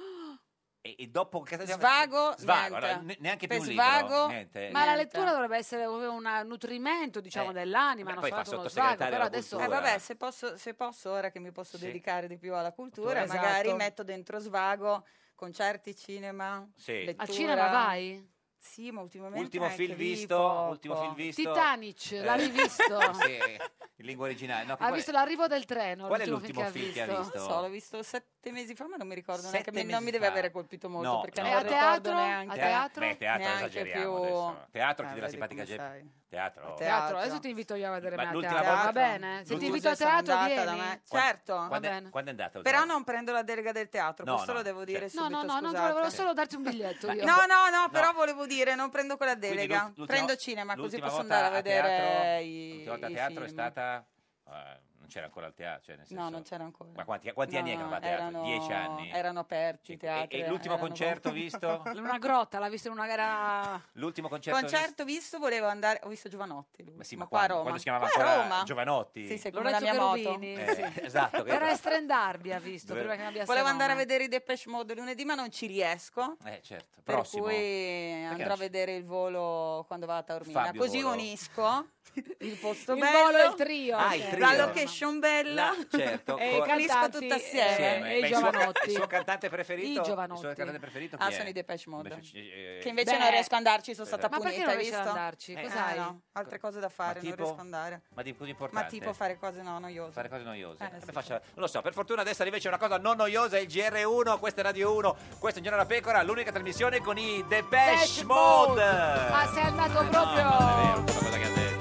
E, e dopo il castello di Svago, Svago, niente. no, ne- neanche Per più un libro, svago, niente. Ma la Niente. lettura dovrebbe essere un nutrimento, diciamo, Eh, dell'anima, beh, non poi fa soltanto uno svago. sottosegretario Però alla adesso Eh vabbè, se posso, se posso, ora che mi posso Sì. dedicare di più alla cultura, Esatto. magari metto dentro svago, concerti, cinema, Sì. lettura. al cinema vai? Sì, ma ultimamente Ultimo anche film lì visto, poco. ultimo film visto. Titanic, l'ha Eh, rivisto? sì, in lingua originale. No, che Ha qual è- visto l'arrivo del treno? Qual è l'ultimo l'ultimo film che ha visto? Non so, l'ho visto sette mesi fa, ma non mi ricordo Sette neanche. mi- mesi Non mi deve fa. avere colpito molto No, perché no. non E a lo ricordo teatro? neanche. A teatro? Beh, teatro Neanche esageriamo più- adesso. Teatro Eh, ti dà la vedi simpatica come gente. sei. Teatro. A Teatro, adesso ti invito io a vedere Ma me a l'ultima teatro, volta- va bene? Se ti l'ultima- invito a Sono teatro andata vieni? da me. Quando- Certo. Va Quando, è, bene. quando è andato? Però non prendo la delega del teatro, No, questo no, lo devo dire certo. No, subito, no, no, non scusate. volevo solo darti un biglietto io. No, no, no, però volevo dire, non prendo quella Quindi delega, l'ult- l'ultima- prendo cinema, così l'ultima posso volta andare a a vedere teatro- i, l'ultima volta a i teatro è film. stata... eh, non c'era ancora il teatro, cioè nel senso... No, non c'era ancora. Ma quanti, quanti No, anni è che no, non va a teatro? erano- Dieci anni? Erano aperti i E, teatri. e l'ultimo erano- concerto visto? Una grotta, l'ha visto in una gara... L'ultimo concerto, Concerto visto, volevo andare, ho visto Giovanotti, lui, Ma sì, ma ma qua a quando? Roma. Quando si chiamava Qua a ancora Roma. Giovanotti? Sì, sì, come la Lorenzo mia moto. Cherubini, Eh, sì. esatto, che- Era a Strendarbi, ha visto, Dove- prima che ne abbia Volevo andare a vedere i Depeche Mode lunedì, ma non ci riesco. Eh, certo. Per Prossimo. cui andrò non a ci- vedere il volo quando vado a Taormina. Fabio Così Volo. unisco il posto Il bello, volo e il trio. Ah, il ok. trio. la location bella, La- certo, E con- i unisco cantanti, tutta assieme. eh, e Beh, i il, suo, ca- giovanotti. il suo cantante preferito? I Il giovanotti. suo cantante preferito chi Ah, è? sono i Depeche Mode. Invece, eh, Che invece Beh. non riesco ad andarci, sono stata Ma punita, perché non hai riesci ad visto? andarci? Eh, Cos'hai? Eh, no, altre cose da fare, Ma non tipo? riesco ad andare. Ma di così Ma importante? tipo fare cose no, noiose. Fare cose noiose. Eh, Eh, sì. faccia- Non lo so, per fortuna adesso invece è una cosa non noiosa, è il G R uno, questa è Radio uno, questo è Un Giorno da Pecora, l'unica trasmissione con i Depeche Depeche Mode. Mode. Ah, sei andato No, proprio... non è vero, questa cosa che ha detto.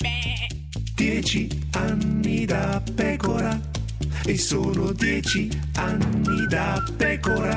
Dieci anni da pecora e sono dieci anni da pecora.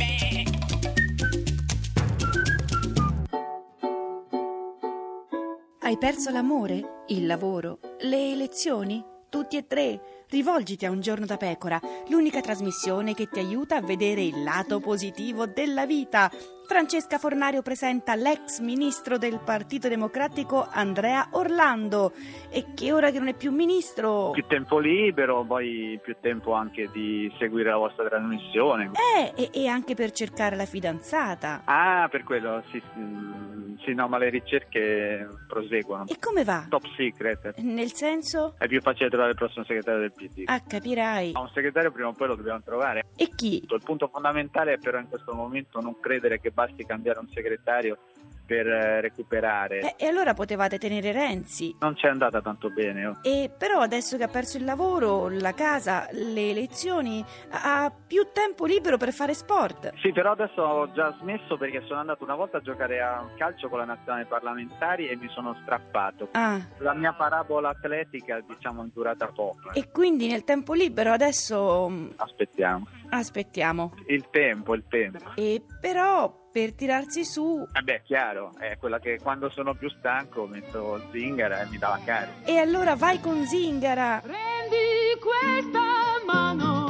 Hai perso l'amore, il lavoro, le elezioni? Tutti e tre? Rivolgiti a Un Giorno da Pecora, l'unica trasmissione che ti aiuta a vedere il lato positivo della vita. Francesca Fornario presenta l'ex ministro del Partito Democratico Andrea Orlando e che ora che non è più ministro... Più tempo libero, poi più tempo anche di seguire la vostra trasmissione. Eh, e, e anche per cercare la fidanzata. Ah, per quello, sì, sì, sì, no, ma le ricerche proseguono. E come va? Top secret. Nel senso? È più facile trovare il prossimo segretario del P D. Ah, capirai. Ma un segretario prima o poi lo dobbiamo trovare. E chi? Il punto fondamentale è però in questo momento non credere che basti cambiare un segretario per eh, recuperare. Eh, e allora potevate tenere Renzi. Non ci è andata tanto bene. Oh. E però adesso che ha perso il lavoro, la casa, le elezioni, ha più tempo libero per fare sport. Sì, però adesso ho già smesso perché sono andato una volta a giocare a calcio con la nazionale parlamentari e mi sono strappato. Ah. La mia parabola atletica, diciamo, è durata poco. E quindi nel tempo libero adesso mm, Aspettiamo. aspettiamo. Il tempo, il tempo. E però per tirarsi su. Eh beh, chiaro, è quella che quando sono più stanco metto Zingara e mi dà la carica. E allora vai con Zingara. Prendi questa mano,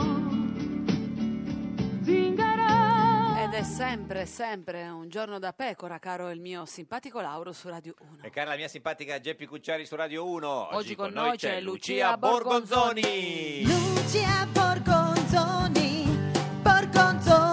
Zingara. Ed è sempre, sempre un giorno da pecora, caro il mio simpatico Lauro su Radio uno. E cara la mia simpatica Geppi Cucciari su Radio uno. Oggi con noi c'è Lucia Lucia Borgonzoni. Lucia Borgonzoni, Borgonzoni.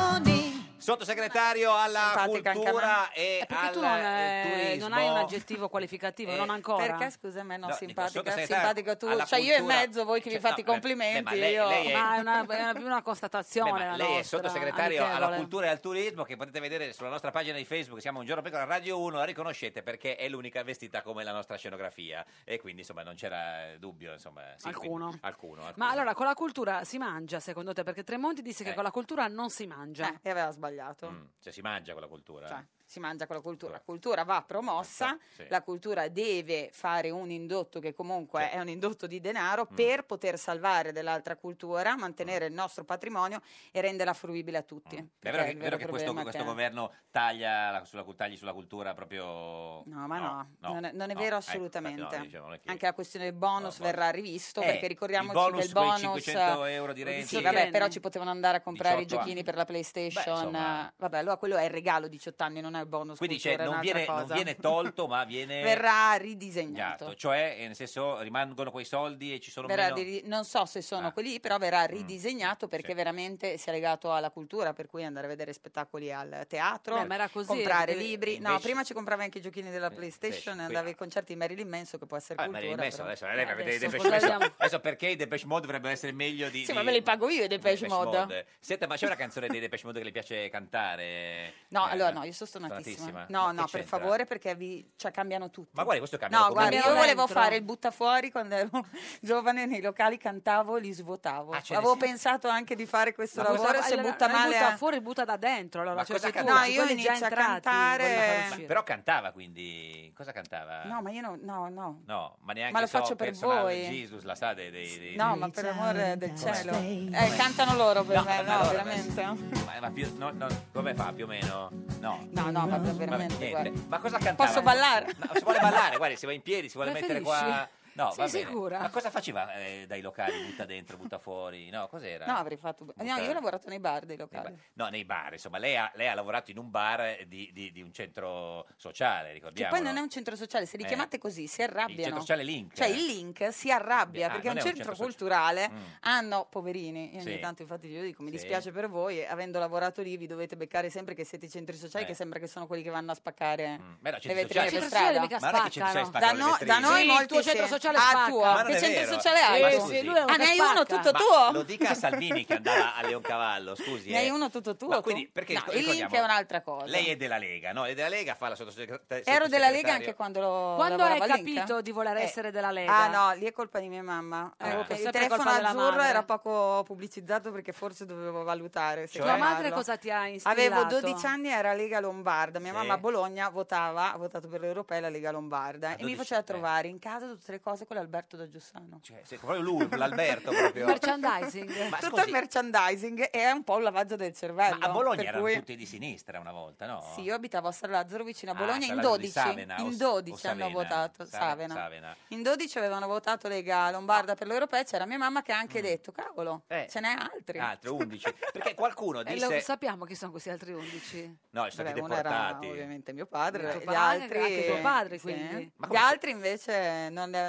Sottosegretario alla Simpatica anche a cultura me. e Eh, perché al tu non, eh, eh, turismo. non hai un aggettivo qualificativo, Eh, non ancora. Perché scusa me non No, dico, simpatica? sottosegretario Simpatico tu, alla cioè io e cultura. mezzo, voi che vi Cioè, fate i no, eh, complimenti. eh, ma lei- io... lei è- Ma è, una, è una- più una constatazione. Beh, ma la lei è nostra, sottosegretario alla amichevole. cultura e al turismo, che potete vedere sulla nostra pagina di Facebook. Siamo un giorno pecora Radio uno, la riconoscete perché è l'unica vestita come la nostra scenografia e quindi insomma non c'era dubbio, insomma, sì, Alcuno. quindi- alcuno, alcuno. Ma allora con la cultura si mangia secondo te? Perché Tremonti disse che Eh. con la cultura non si mangia. Eh, e aveva sbagliato. Mm, cioè si mangia con la cultura. Cioè, si mangia con la cultura. La cultura va promossa, Sì. la cultura deve fare un indotto che comunque Sì. è un indotto di denaro Mm. per poter salvare dell'altra cultura, mantenere il nostro patrimonio e renderla fruibile a tutti. È Perché vero che, il vero vero che questo, problema è questo che- governo taglia la- sulla, tagli sulla cultura proprio. No, ma no, no, non è, non è no, vero ecco, assolutamente. infatti no, dicevo, non è che- Anche la questione del bonus verrà rivisto Eh, perché ricordiamoci il bonus, che il quei bonus cinquecento euro di Renzi. Sì, vabbè, però ci potevano andare a comprare i diciotto giochini anni. per la PlayStation. Beh, insomma. Vabbè, allora quello è il regalo diciotto anni, non è il bonus. Quindi cultura, cioè, è non, un'altra viene, non cosa. viene tolto, ma viene. Verrà ridisegnato. Cioè, eh, nel senso, rimangono quei soldi e ci sono Verrà meno. di- non so se sono Ah. quelli, però verrà ridisegnato perché sì. veramente sia legato alla cultura, per cui andare a vedere spettacoli al teatro, Beh, ma era così, comprare deve- libri. No, invece- prima ci compravi anche i giochini della PlayStation e qui- andavi ai concerti di Marilyn Manson, che può essere Ah, ma cultura. Marilyn Manson, però- adesso, lei va a vedere i Adesso Depeche cosa Mode. abbiamo- Adesso perché i Depeche Mode dovrebbero essere meglio di. Sì, di- ma me li pago io i Depeche Mode. Senta, ma c'è una canzone dei Depeche Mode che le piace cantare? No, Eh, allora no, io sono stonatissima. stonatissima? No, Ma no, che per c'entra? favore, perché vi cioè, cambiano tutti. Ma guarda, questo cambia No, come- guarda, io Cambiano volevo dentro. fare il buttafuori quando ero giovane nei locali, cantavo, li svuotavo. Ah, cioè, Avevo nel sen- pensato anche di fare questo Ma lavoro, questo- se allora, butta non male... butta fuori, butta da dentro. Allora, Ma cioè, cosa se tu- cantava? No, io quelli già inizio a entrati, cantare- vogliono far Ma- uscire. però cantava, quindi. Cosa cantava? No, ma io no, no, no. No, ma neanche Ma lo so, faccio per Personal voi. Jesus, la sa dei. dei- dei- No, dei- ma per amore del Come? cielo. Eh, cantano loro per No, me, ma no, allora, veramente. Ma, ma più, no, no, come fa più o meno? No. No, no, ma Vabbè, veramente, niente. guarda. Ma cosa cantava? Posso ballare? No, si vuole ballare, guardi, si va in piedi, si vuole mettere qua. Preferisci? No, Sei va bene. sicura? Ma cosa faceva eh, dai locali? Butta dentro, butta fuori? No, cos'era? No, avrei fatto... No, io ho lavorato nei bar dei locali. No, nei bar, insomma, lei ha, lei ha lavorato in un bar di, di- di un centro sociale, Che ricordiamo. poi non è un centro sociale, se li Eh. chiamate così si Il arrabbiano. centro sociale Link. Cioè il link si arrabbia Ah, perché è non un è un centro, centro culturale, Mm. hanno, poverini, io ogni Sì. tanto infatti glielo dico, mi Sì. dispiace per voi, avendo lavorato lì vi dovete beccare sempre che siete i centri sociali Eh. che sembra che sono quelli che vanno a spaccare Beh, no, le centri vetrine sociali- per Centri strada. sociali mica Ma non è che centri sociali spaccano. Da, spaccano le no- da vetrine. noi Sì, il molti tuo centro sì. sociale Ah, spacca. tuo. Ma non Che è centro vero. sociale hai Ma tu? scusi. lui è uno Ah, che ne hai uno spacca. tutto Ma tuo? lo dica a Salvini che andava a Leoncavallo, scusi. Ne hai eh. uno tutto tuo? Ma tu? quindi, perché No, ric- il link ricordiamo, è un'altra cosa. Lei è della Lega, no? È della Lega, fa la sottosegretaria. Ero della Lega anche quando lo Quando hai lavoravo al Link. capito di voler Eh. essere della Lega? Ah no, lì è colpa di mia mamma. Ah. Avevo- Ecco, il sempre telefono colpa della azzurro madre. era poco pubblicizzato perché forse dovevo valutare se Cioè? Tua madre chiamarlo. cosa ti ha instillato? Avevo dodici anni, era Lega Lombarda. Mia Sì. mamma a Bologna votava, ha votato per l'Europea la Lega Lombarda. E mi dodici faceva eh. trovare in casa tutte le cose con l'Alberto da Giussano. Cioè, se- proprio lui, l'Alberto proprio. Merchandising. Ma Tutto scusi, il merchandising e è un po' un lavaggio del cervello. ma a Bologna per erano cui- tutti di sinistra una volta, no? Sì, io abitavo a San Lazzaro vicino a Ah, Bologna, San in Lazzaro di dodici, Savena, o- in o dodici hanno Savena? votato Sa- Savena. Savena. In dodici avevano votato Lega Lombarda per l'Europea, c'era mia mamma che ha anche detto, cavolo, Mm. Eh. ce n'è altri. Altre undici. Perché qualcuno E disse. lo sappiamo chi sono questi altri undici. No, sono stati Vabbè, uno era deportati. ovviamente mio padre, Tuo gli padre, altri... anche tuo padre, sì. quindi. Ma Gli come- altri invece non... Ma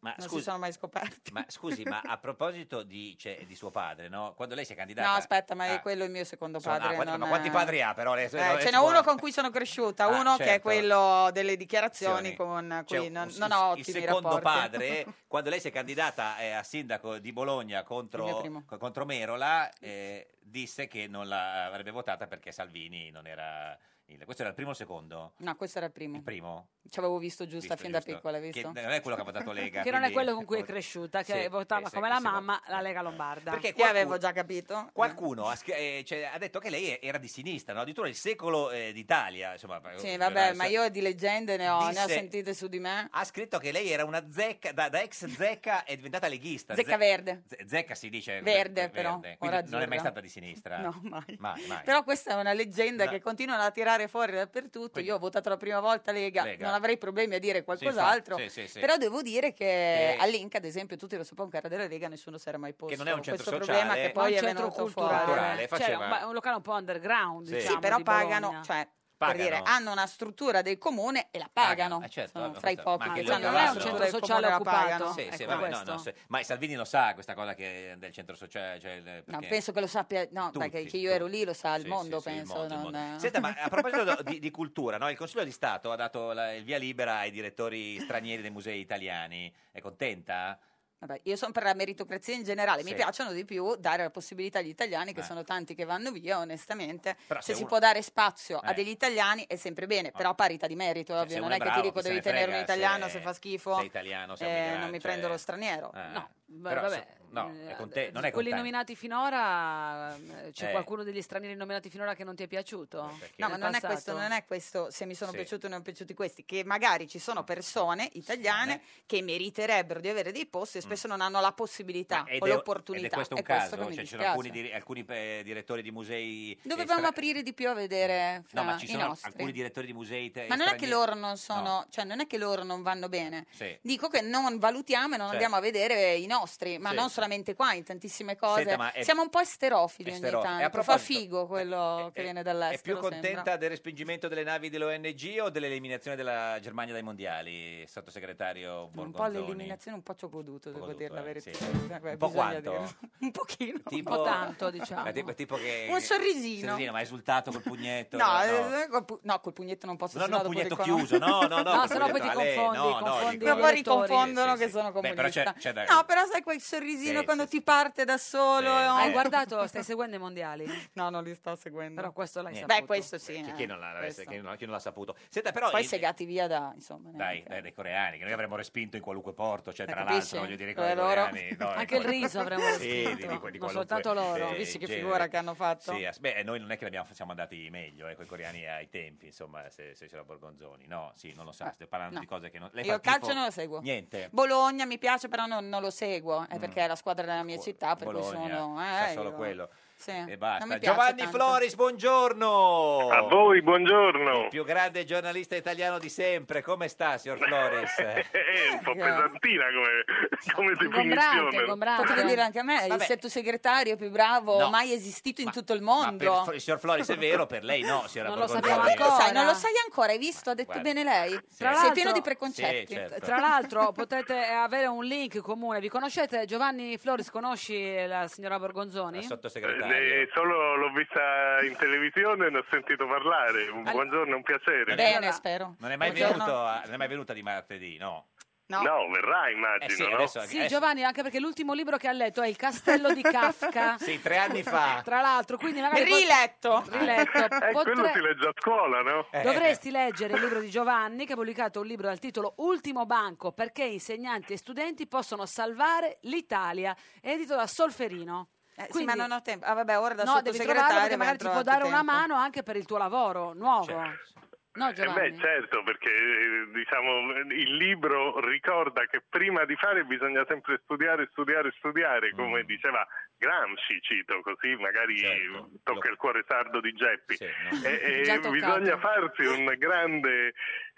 Ma non scusi- si sono mai scoperti. Ma scusi, ma a proposito di, cioè, di suo padre, no? Quando lei si è candidata... No, aspetta, ma è Ah, quello il mio secondo sono- ah, padre. quanti- non ma è- quanti padri ha però? Lei- Eh, non è ce n'è sicura? uno con cui sono cresciuta, Ah, uno che è certo. quello delle dichiarazioni Azioni. con Cioè, cui non, un- non il- ho il ottimi secondo rapporti. padre, quando lei si è candidata eh, a sindaco di Bologna Il mio contro, primo. co- contro Merola, eh, disse che non la avrebbe votata perché Salvini non era... Il, questo era il primo o il secondo? No, questo era il primo. Il primo? Ci avevo visto giusta Visto, fin da giusto. piccola, hai Che visto? non è quello che ha votato Lega. Che non è quindi- quello con cui è cresciuta, che Sì, votava sì, come sì, la sì, mamma la Lega Lombarda. Perché Io qualcuno- avevo già capito. Qualcuno ha, scri- eh, cioè, ha detto che lei era di sinistra, no? Addirittura il secolo eh, d'Italia. Insomma, Sì, eh, vabbè, eh, ma io di leggende ne ho, ne ho Disse- sentite su di me. Ha scritto che lei era una zecca, da, da ex zecca è diventata leghista. Zecca Ze- verde. ze- Zecca si dice Verde, però, Quindi ora non è mai azzurra. stata di sinistra. No, mai. Mai, mai. Però questa è una leggenda No. che continuano a tirare fuori dappertutto. Quindi- Io ho votato la prima volta Lega, Lega. non avrei problemi a dire qualcos'altro. Sì, sì, sì. Però devo dire che, Che- all'Inc, ad esempio, tutti lo sapevano che era della Lega, nessuno si era mai posto Che non è un centro questo sociale, problema che ma poi un è centro venuto culturale, fuori. Culturale, Cioè, faceva- un, un locale un po' underground, Sì. diciamo, Sì, però di pagano, Bologna. cioè, Pagano. per dire, hanno una struttura del comune e la pagano. Eh, certo, Sono vabbè, fra i questo- pochi ma che anche hanno lì una non è un struttura centro del sociale comune e la occupato. pagano. Sì, sì, Ecco vabbè, no, questo. no, se- ma Salvini lo sa questa cosa che del centro sociale. Cioè, il- No, perché- penso che lo sappia, no, Tutti, perché che io ero lì, lo sa il Sì, mondo, sì, sì, il penso. mondo, il non- mondo. Senta, ma a proposito di, di cultura, no? Il Consiglio di Stato ha dato la- il via libera ai direttori stranieri dei musei italiani. È contenta? Vabbè, io sono per la meritocrazia in generale, mi Sì. piacciono di più dare la possibilità agli italiani, che Eh. sono tanti che vanno via, onestamente. Però se se si uno- può dare spazio a Eh. degli italiani è sempre bene, però a parità di merito, Cioè, ovvio. se Non uno è è che ti bravo, dico chi se devi ne tenere un frega italiano, se- se fa schifo, sei italiano, sei un eh, migrante, non mi prendo cioè- lo straniero. Eh. No. Beh, Però, vabbè, so- no, è eh, conte- non di è quelli contenta. nominati finora, eh, c'è Eh. qualcuno degli stranieri nominati finora che non ti è piaciuto? No, ma Nel non è, passato? questo, non è questo se mi sono Sì. piaciuti o non piaciuti questi, che magari ci sono persone italiane che meriterebbero di avere dei posti e spesso non hanno la possibilità Ed o è- l'opportunità. Ed è questo un È questo caso? che mi Cioè, ci sono dispiace. alcuni, dir- alcuni eh, direttori di musei... Dovevamo estra- aprire di più a vedere fra No, ma ci i sono nostri. alcuni direttori di musei te- Ma non è che stranieri- loro non sono, No. cioè non è che loro non vanno bene. Sì. Dico che non valutiamo e non Certo. andiamo a vedere i nostri, ma Sì, non sì. solamente qua, in tantissime cose. Senta, ma è- Siamo un po' esterofili Esterofili. ogni E a tanto. Fa proposito, figo quello che viene dall'estero. È più sembra. contenta del respingimento delle navi dell'O N G o dell'eliminazione della Germania dai mondiali, sottosegretario Un po' Borgonzoni? l'eliminazione un po' ci ho goduto, devo dire la eh, verità. sì. Eh, Un po' bisogna quanto? dirlo. Un pochino. Tipo- Un po' tanto, diciamo. Ma tipo, tipo che... Un sorrisino. ma ha esultato col pugnetto? No, no. eh, col, pu- no, col pugnetto non posso No, sennò no, dopo pugnetto riconosco- chiuso, no, no, no, No, col sennò poi ti pugnetto a lei, confondi, no, no, confondi dico- poi Sì, riconfondono sì, che sì. sono Beh, però comunista. c'è- c'è da- No, però sai quel sorrisino Sì, quando sì, ti parte da solo. Sì, e- Hai guardato, stai seguendo i mondiali? No, non li sto seguendo. Però questo l'hai Niente. saputo. Beh, questo sì. Chi, eh, chi non l'ha, questo. chi non, chi non l'ha saputo? Senta, però... Poi il- segati via da, insomma. Dai, neanche. dai, dai coreani, che noi avremmo respinto in qualunque porto, cioè Eh, tra capisci? l'altro, voglio dire, Quello con i loro. coreani... no, Anche i il core- riso avremmo Sì, respinto, di- di- di non qualunque- soltanto loro. eh, Visti che genere. figura che hanno fatto? Sì, as- beh, noi non è che abbiamo, siamo andati meglio, eh, con i coreani ai tempi, insomma, se, se c'era Borgonzoni. No, sì, non lo sa, stai parlando no. di cose che non... Lei Io fa il calcio tifo- non lo seguo. Niente. Bologna mi piace, però non, non lo seguo. È Mm. perché è la squadra della mia città, per cui Bologna, sono. sa Eh, solo io- quello. Sì, E non basta. mi piace Giovanni tanto. Floris, buongiorno! A voi, buongiorno. Il più grande giornalista italiano di sempre, come sta, signor Floris? È un po' pesantina come, come Ingombrante, definizione. ingombrante. Potevi dire anche a me, il Vabbè. sottosegretario più bravo No. mai esistito in tutto il Ma mondo. per il signor Floris è vero, per lei no, signora Non lo Borgonzoni. sappiamo Ma che ancora. sai, non lo sai ancora, hai visto? Ha detto Guarda. bene lei. Tra Sei l'altro- pieno di preconcetti. Sì, certo. Tra l'altro potete avere un link comune. Vi conoscete? Giovanni Floris, conosci la signora Borgonzoni? Il sottosegretario. Eh, solo l'ho vista in televisione e ne ho sentito parlare. Un buongiorno, un piacere. Bene, spero. Non è mai Buongiorno. venuto, a- non è mai venuta di martedì, no? No. No, verrà immagino, Eh sì, no? adesso- Sì, eh, Giovanni, anche perché l'ultimo libro che ha letto è Il castello di Kafka. Sì, tre anni fa. Tra l'altro, quindi magari... Riletto. Riletto. Eh, quello Potre- si legge a scuola, no? Eh. Dovresti leggere il libro di Giovanni, che ha pubblicato un libro dal titolo Ultimo banco, perché insegnanti e studenti possono salvare l'Italia, edito da Solferino. Eh, sì, Quindi- ma non ho tempo. Ah, vabbè, ora da No, devi trovarlo sottosegretario perché magari ti può abbiamo dare una trovato tempo. mano anche per il tuo lavoro nuovo. Certo. No, Eh Giovanni? beh, certo, perché eh, diciamo il libro ricorda che prima di fare bisogna sempre studiare, studiare, studiare, come diceva Gramsci, cito, così magari Certo. tocca il cuore sardo di Geppi. Sì, no. E- e Già toccato. bisogna farsi un grande,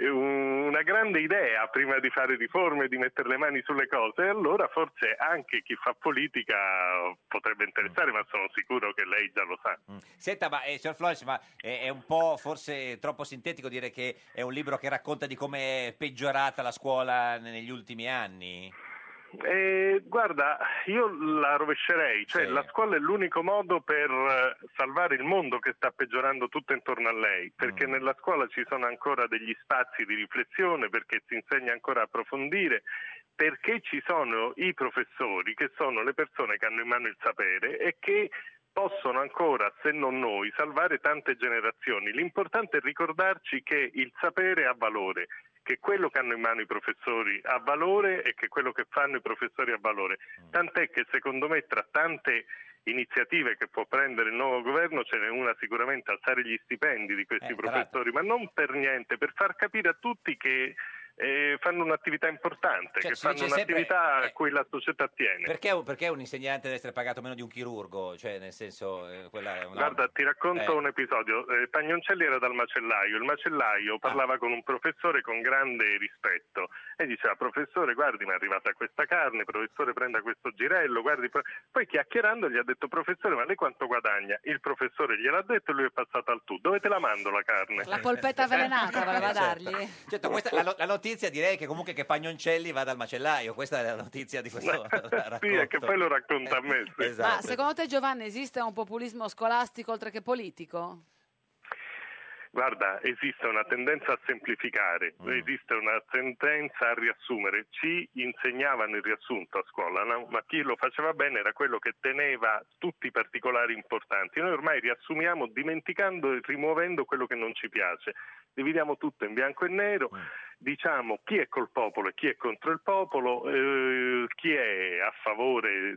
una grande idea prima di fare riforme, di mettere le mani sulle cose, e allora forse anche chi fa politica potrebbe interessare, ma sono sicuro che lei già lo sa. Mm. Senta, ma eh, signor Floris, ma è, è un po' forse troppo sintetico dire che è un libro che racconta di come è peggiorata la scuola negli ultimi anni? Eh, guarda, io la rovescerei, cioè Sì. la scuola è l'unico modo per eh, salvare il mondo che sta peggiorando tutto intorno a lei, perché Mm. nella scuola ci sono ancora degli spazi di riflessione, perché si insegna ancora a approfondire, perché ci sono i professori che sono le persone che hanno in mano il sapere e che possono ancora, se non noi, salvare tante generazioni. L'importante è ricordarci che il sapere ha valore, che quello che hanno in mano i professori ha valore e che quello che fanno i professori ha valore. Tant'è che secondo me tra tante iniziative che può prendere il nuovo governo ce n'è una sicuramente, alzare gli stipendi di questi Eh, tra professori, ma non per niente, per far capire a tutti che eh, fanno un'attività importante, Cioè, che si fanno dice sempre, un'attività eh, a cui la società tiene. Perché, un- perché un insegnante deve essere pagato meno di un chirurgo? Cioè, nel senso, eh, quella è una... Guarda, ti racconto Eh. un episodio. Eh, Pagnoncelli era dal macellaio. Il macellaio Ah. parlava con un professore con grande rispetto e diceva: professore, guardi, mi è arrivata questa carne, professore, prenda questo girello, guardi. pro-". Poi chiacchierando gli ha detto: professore, ma lei quanto guadagna? Il professore gliel'ha detto e lui è passato al tu. Dove te la mando la carne? La polpetta avvelenata voleva dargli. Certo, questa, la, la notizia direi che comunque che Pagnoncelli va dal macellaio, questa è la notizia di questo racconto. Sì, è che poi lo racconta a me. sì. Esatto. Ma secondo te, Giovanni, esiste un populismo scolastico oltre che politico? Guarda, esiste una tendenza a semplificare, Mm. esiste una tendenza a riassumere. Ci insegnavano il riassunto a scuola, no? Ma chi lo faceva bene era quello che teneva tutti i particolari importanti. Noi ormai riassumiamo dimenticando e rimuovendo quello che non ci piace. Dividiamo tutto in bianco e nero, diciamo chi è col popolo e chi è contro il popolo, eh, chi è a favore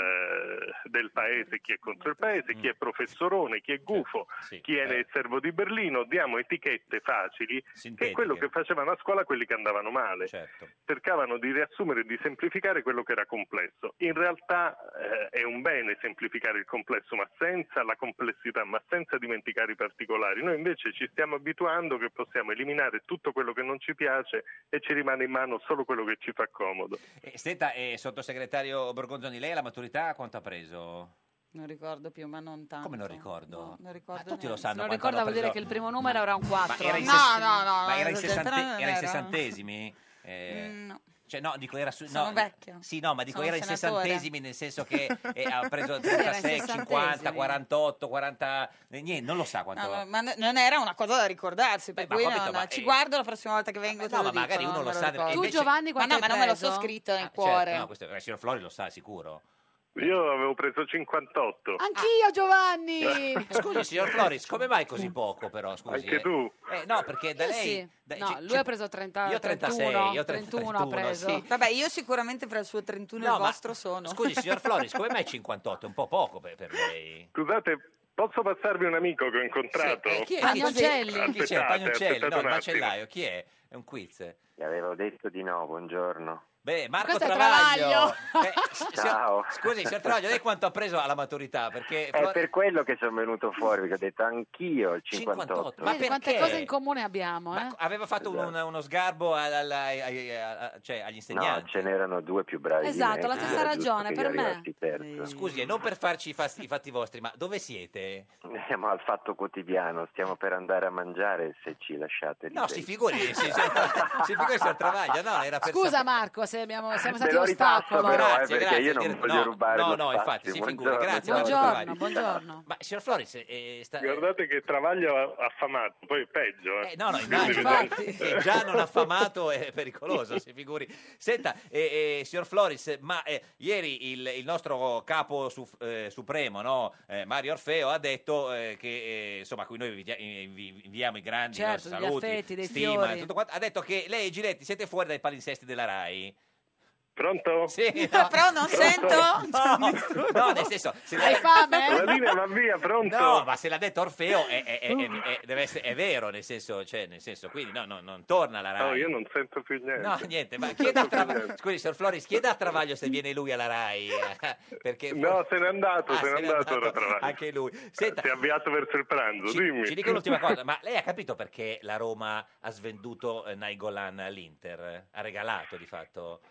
del, del paese e chi è contro il paese, chi è professorone, chi è gufo, Sì, chi è eh. nel servo di Berlino. Diamo etichette facili, che è quello che facevano a scuola quelli che andavano male. Certo. Cercavano di riassumere e di semplificare quello che era complesso. In realtà eh, è un bene semplificare il complesso, ma senza la complessità, ma senza dimenticare i particolari. Noi invece ci stiamo abituando che possiamo eliminare tutto quello che non ci piace e ci rimane in mano solo quello che ci fa comodo. Eh, senta, eh, sottosegretario Borgonzoni, lei la maturità quanto ha preso? Non ricordo più, ma non tanto. Come non ricordo? No, non ricordo Tutti lo neanche. sanno. Se non quanto ricorda hanno vuol dire preso- che il primo numero era un quattro. Ma era in No, sess- no, no, ma era in, no, sessante- non era in era. sessantesimi? Eh, Mm, no. Cioè, no, dico, era su, Sono no, vecchia. Sì, no, ma dico, Sono era in senatore. sessantesimi, nel senso che eh, ha preso Sì, era in trentasei, sessantesimi. cinquanta, quarantotto, quaranta... eh, niente, non lo sa quanto... No, no, ma n- non era una cosa da ricordarsi, per Eh, ma cui ho capito, no, no, ma, ci eh, guardo la prossima volta che vengo. no, te lo ma dico, magari non uno me lo sa, ricordo. e Tu, invece- Giovanni, Ma quanto no, ma hai non me lo so preso? scritto nel Ah, cuore. certo, no, questo, il signor Flori lo sa sicuro. Io avevo preso cinquantotto. Anch'io, Giovanni! Scusi, signor Floris, come mai così poco però? Scusi, Anche eh? tu. Eh, no, perché da Io lei... sì. da- No, ci- lui ci- ha preso trenta, Io trentasei, trentuno, io trenta- trentuno ha trentuno, preso. sì. Vabbè, io sicuramente fra il suo trentuno e No, il ma- vostro sono. Scusi, signor Floris, come mai cinquantotto? È un po' poco per, per lei. Scusate, posso passarvi un amico che ho incontrato? Sì, eh, chi è? Pagnoncelli. Chi c'è? Aspettate, Pagnoncelli, aspettate no, il un attimo. macellaio. Chi è? È un quiz. Gli avevo detto di no, buongiorno. Beh, Marco Questo è Travaglio. Travaglio. Eh, s- signor- Ciao. Scusi, signor Travaglio, lei quanto ha preso alla maturità? Perché È Flo- per quello che sono venuto fuori, perché ho detto anch'io il cinquantotto. cinquantotto. Ma Vedi quante perché? cose in comune abbiamo, eh? Ma aveva fatto un- Esatto. uno sgarbo al- al- ai- ai- a- cioè, agli No, insegnanti. ce n'erano due più bravi di Esatto, me, la quindi stessa era giusto ragione, che per io me. arrivassi terzo. Scusi, e non per farci i fatti, i fatti vostri, ma dove siete? Siamo al Fatto Quotidiano, stiamo per andare a mangiare se ci lasciate No, liberi. si figuri, si, si, si figuri signor Travaglio, no, era per Scusa sapere- Marco, se abbiamo, siamo Ve stati lo ripasso ostacolo. però, eh, Grazie, perché grazie, io non dire- voglio no, rubare no, lo no, spazio. infatti, si figuri, Buongiorno, grazie. ciao, signor Buongiorno, Travaglio. buongiorno. Ma signor Floris, eh, sta... Guardate che Travaglio ha affamato, poi è peggio. Eh. Eh, no, no, Quindi immagino, vedete. infatti, eh, già non affamato è pericoloso, si figuri. Senta, eh, eh, signor Floris, ma eh, ieri il, il nostro capo su- eh, supremo, no, eh, Mario Orfeo, ha detto eh, che, eh, insomma, a cui noi invia- invi- inviamo i grandi i Certo, nostri degli saluti, affetti, dei stima, fiori. tutto quanto, ha detto che lei e Giletti siete fuori dai palinsesti della RAI. Pronto? Sì, Però non sento. No, no, nel senso, se Hai l'ha- fame? La linea va via, pronto? No, ma se l'ha detto Orfeo è, è- è- è- è- deve essere, è vero, nel senso, cioè, nel senso, quindi no, no, non torna la RAI. No, io non sento più niente. No, niente, ma chieda a Travaglio, scusi, signor Floris, chieda a Travaglio se viene lui alla RAI, eh, perché... No, se n'è andato, Ah, se n'è andato ora Travaglio. anche lui. Senta, Si è avviato verso il pranzo, ci, dimmi. ci dica l'ultima cosa, ma lei ha capito perché la Roma ha svenduto eh, Nainggolan all'Inter? Ha regalato, di fatto?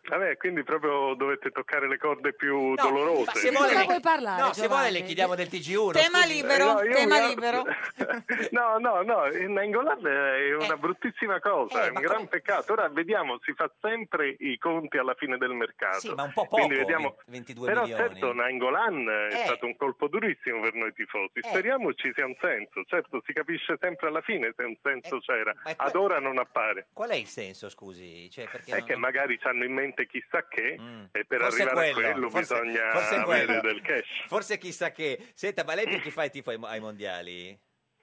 Vabbè, quindi proprio dovete toccare le corde più No, dolorose. ma se vuole, cosa vuoi parlare, no, se vuole Giovanni? le chiediamo del T G uno. Tema scusi. libero, No, io tema mi- libero. No, no, no, in Nainggolan è una bruttissima cosa, eh, è ma un gran come- peccato. Ora vediamo, si fa sempre i conti alla fine del mercato. Sì, ma un po' Quindi poco, vediamo... ventidue Però milioni. certo Nainggolan è Eh. stato un colpo durissimo per noi tifosi. Speriamo ci sia un senso. Certo, si capisce sempre alla fine se un senso c'era. ma è Ad ora non appare. Qual è il senso, scusi? Cioè, perché È non- che magari hanno in mente chissà che e per Forse arrivare quello, a quello forse- bisogna forse avere quello. del cash. Forse chissà che. Senta, ma lei per chi fa il tifo ai, ai mondiali?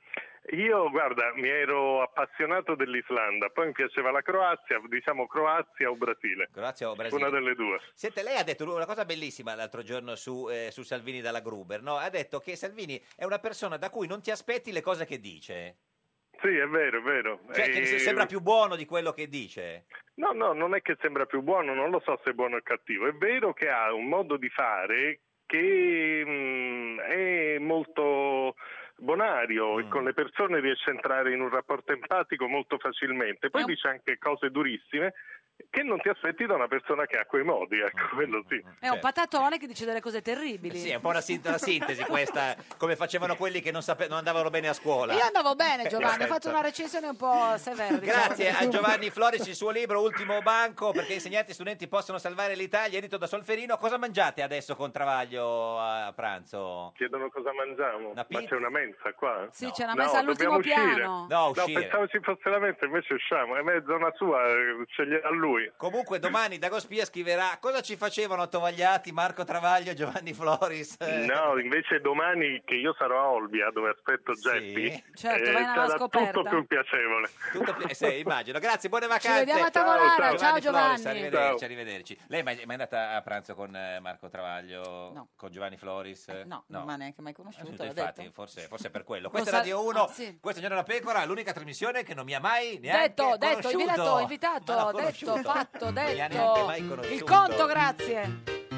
Io, guarda, mi ero appassionato dell'Islanda, poi mi piaceva la Croazia, diciamo Croazia o Brasile. Croazia o Brasile? Una delle due. Senta, lei ha detto una cosa bellissima l'altro giorno su, eh, su Salvini dalla Gruber, no? Ha detto che Salvini è una persona da cui non ti aspetti le cose che dice. Sì, è vero, è vero. Cioè, che E- sembra più buono di quello che dice. No, no, non è che sembra più buono, non lo so se è buono o cattivo. È vero che ha un modo di fare che mh, è molto bonario e con le persone riesce a entrare in un rapporto empatico molto facilmente. Poi dice anche cose durissime che non ti aspetti da una persona che ha quei modi, ecco, quello sì. È un patatone che dice delle cose terribili. Sì, è un po' una, sint- una sintesi questa, come facevano quelli che non, sape- non andavano bene a scuola. Io andavo bene, Giovanni, ho fatto Perfetto. una recensione un po' severa. diciamo. Grazie a Giovanni Floris, il suo libro Ultimo Banco, perché insegnanti e studenti possono salvare l'Italia, edito da Solferino. Cosa mangiate adesso con Travaglio a pranzo? Chiedono cosa mangiamo. Ma pizza? c'è una mensa qua? Sì, c'è una No, messa all'ultimo dobbiamo uscire. piano. No, uscire. pensavo ci fosse la mensa, invece usciamo. È zona sua, eh, sceglierà lui. Comunque domani Dagospia scriverà cosa ci facevano Tovagliati, Marco Travaglio e Giovanni Floris. Eh, No, invece domani che io sarò a Olbia, dove aspetto Geppi, Certo, eh, vai nella sarà scoperta. tutto più piacevole. Tutto pi- sì, immagino. Grazie, buone vacanze. vediamo a tavolare. Ciao, Floris, Giovanni. arrivederci, Ciao. arrivederci. Lei è mai, mai andata a pranzo con eh, Marco Travaglio, con Giovanni Floris? No, non mi ha neanche mai conosciuto, l'ho Infatti, detto. forse, forse per quello. Questa è sa- Radio uno, ah, sì. questa è Giorno da Pecora, l'unica trasmissione che non mi ha mai neanche Detto, detto, conosciuto. invitato, invitato, Ma l'ho detto, conosciuto. fatto, Non mi ha neanche detto. mai conosciuto. Il conto, grazie.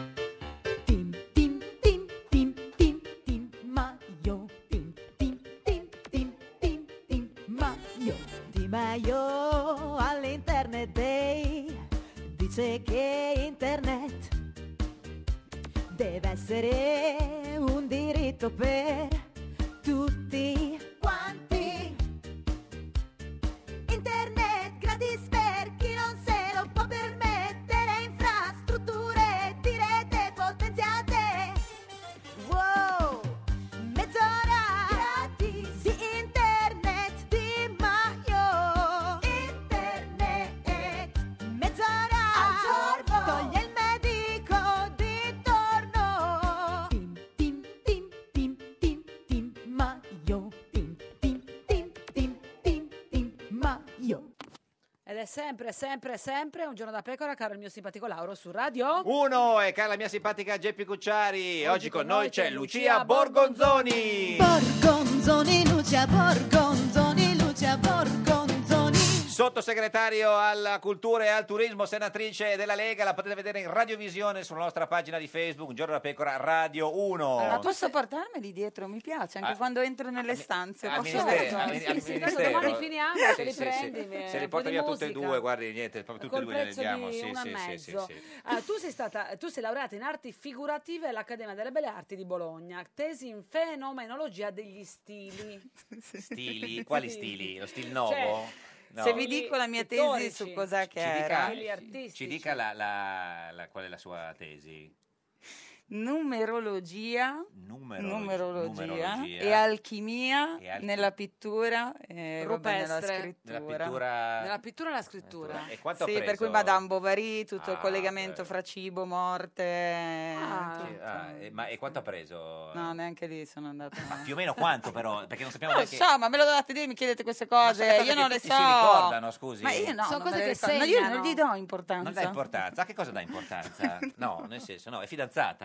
Maio, tim, tim, tim, tim, tim, tim, Maio. Di Maio all'Internet Day dice che internet deve essere un diritto per tutti quanti. Internet gratis per chi non se lo può permettere, infrastrutture di rete potenziate. Wow, mezz'ora gratis di internet Di Maio. Internet, mezz'ora al giorno, toglie il medico di torno. Tim, tim, tim, tim, tim, tim, Maio. Tim, tim, tim, tim, tim, tim, Maio. Ed è sempre, sempre, sempre un giorno da pecora, caro il mio simpatico Lauro su Radio. Uno e cara la mia simpatica Geppi Cucciari. Oggi, con noi c'è Lucia Borgonzoni. Borgonzoni, Lucia Borgonzoni, Lucia Borgonzoni. Sottosegretario alla cultura e al turismo, senatrice della Lega, la potete vedere in radiovisione sulla nostra pagina di Facebook, Un giorno da pecora Radio uno. Allora, posso portarmeli dietro, mi piace, anche Ah. quando entro nelle stanze. al posso ministero, averlo? al- Sì, al sì, ministero. domani finiamo, Sì, te li sì, prendi, sì. mi- Se li un po' porta di via tutte e musica. due, guardi, niente, proprio tutte e Col due le prezzo diamo. di Sì, uno sì, e sì, mezzo. sì, sì. Ah, tu sei stata, tu sei laureata in arti figurative all'Accademia delle Belle Arti di Bologna, tesi in fenomenologia degli stili. Stili? Quali stili? Lo stil nuovo? Cioè, No. Se vi dico la mia tesi Pittorici. su cos'è che Ci era. dica, Gli artistici. ci dica la, la- la- qual è la sua tesi? Numerologia, Numerologi- numerologia, numerologia. e alchimia E alchi- nella pittura e vabbè, nella Rupestre. scrittura. Nella pittura... Nella pittura e nella scrittura. E quanto ha Sì, preso? per cui Madame Bovary, tutto il Ah, collegamento beh. fra cibo, morte. Ah. Sì, ah, e, ma, e quanto ha preso? No, neanche lì sono andata. Ma più o meno quanto però? Perché non sappiamo Non lo neanche... so, ma me lo dovete dire, mi chiedete queste Ma cose. sono cose Io non che le tutti so. si ricordano, scusi. Ma io no, Sono non cose me le che ricordo. No, io segnano. non gli do importanza. Non dà importanza. A che cosa dà importanza? No, nel senso, no, è fidanzata?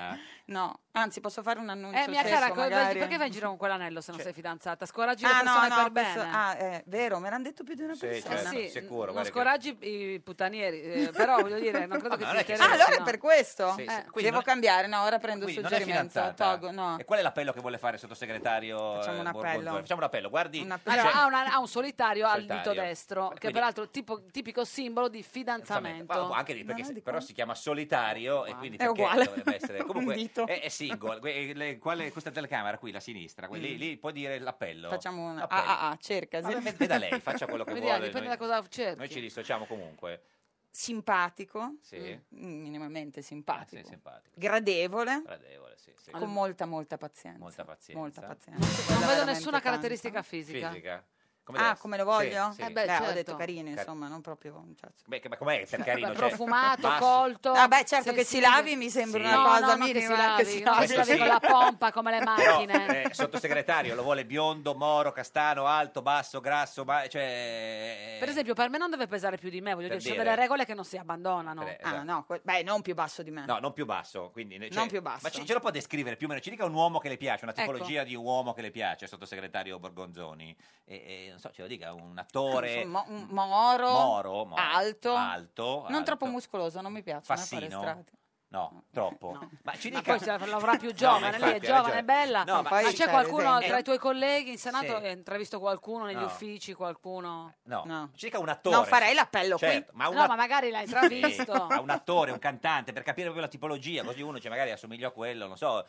fidanzata? No, anzi posso fare un annuncio Eh, mia cieco, cara, co- magari. perché vai in giro con quell'anello se non sei fidanzata? Scoraggi Ah, le no, persone no, per questo- bene. ah, è vero, me l'hanno detto più di una Sì, persona. certo, Eh sì, sicuro. non guarda che- scoraggi i puttanieri, eh, però voglio dire, non credo che non ti è che- interessi. Ah, allora è no. per questo? Sì, sì. Eh, Quindi Devo non è- cambiare, no, ora prendo il Quindi non è suggerimento. fidanzata? Togo, no. E qual è l'appello che vuole fare il sottosegretario? Facciamo un eh, appello. Borgonzoni? Facciamo un appello, guardi. Un Allora, c'è- ha, una- ha un solitario al dito Solitario. destro, che Quindi- peraltro è tipo, tipico simbolo di fidanzamento. Ma anche lì, perché se- però si chiama solitario e quindi È perché uguale. dovrebbe essere comunque Un dito. è, è single. Que- le- quale- questa telecamera qui, la sinistra, que- lì, lì può dire l'appello. Facciamo un L'appello. ah, ah, ah, cerca. Vabbè, ved- veda lei, faccia quello che Vediamo, vuole. dipende noi, da cosa cerchi. noi ci dissociamo comunque. Simpatico, Sì. mm, minimamente simpatico, Ah, sì, simpatico. gradevole, Gradevole, sì, sì. con molta molta pazienza. Molta pazienza. Molta pazienza. Non Quella vedo veramente nessuna tanta. caratteristica fisica. Fisica. Ah, deve come lo essere? voglio? Sì, sì. Eh beh, Beh, ho certo. detto carino, Car- insomma, non proprio. Cioè, Beh, che- ma com'è per carino? Beh, Cioè, profumato, basso- colto. Ah, beh, certo che si sensibile. lavi mi sembra Sì. una No, cosa no, non che minima. si lavi, che si non che lavi. si lavi sì. con la pompa come le Però, macchine. eh, sottosegretario, lo vuole biondo, moro, castano, alto, basso, grasso, ma, cioè... Per esempio, per me non deve pesare più di me, voglio Per dire, ci sono dire. delle regole che non si abbandonano. Eh, Ah, esatto. no, que- beh, non più basso di me. No, non più basso. Quindi, cioè- Non più basso. Ma ce, ce lo può descrivere più o meno? Ci dica un uomo che le piace, una Ecco. tipologia di uomo che le piace, sottosegretario Borgonzoni. E, e, non so, ce lo dica, un attore... Insomma, un moro, Moro, moro, alto, alto, non alto. troppo muscoloso, non mi piace. Fassino? No, troppo. Ma ci Ma dica... poi se la l'avrà più giovane, No, lei è infatti, ha giovane, è ragione. bella. No, ma- ma poi c'è c'è qualcuno l'esempio. tra i tuoi colleghi in Senato Sì. che ha intravisto qualcuno negli No. uffici, qualcuno? No. No. Ci dica un attore. Non farei l'appello certo, qui. Ma un No, att- ma magari l'hai Sì, intravisto. ma un attore, un cantante, per capire proprio la tipologia, così uno cioè, magari assomiglia a quello, non so.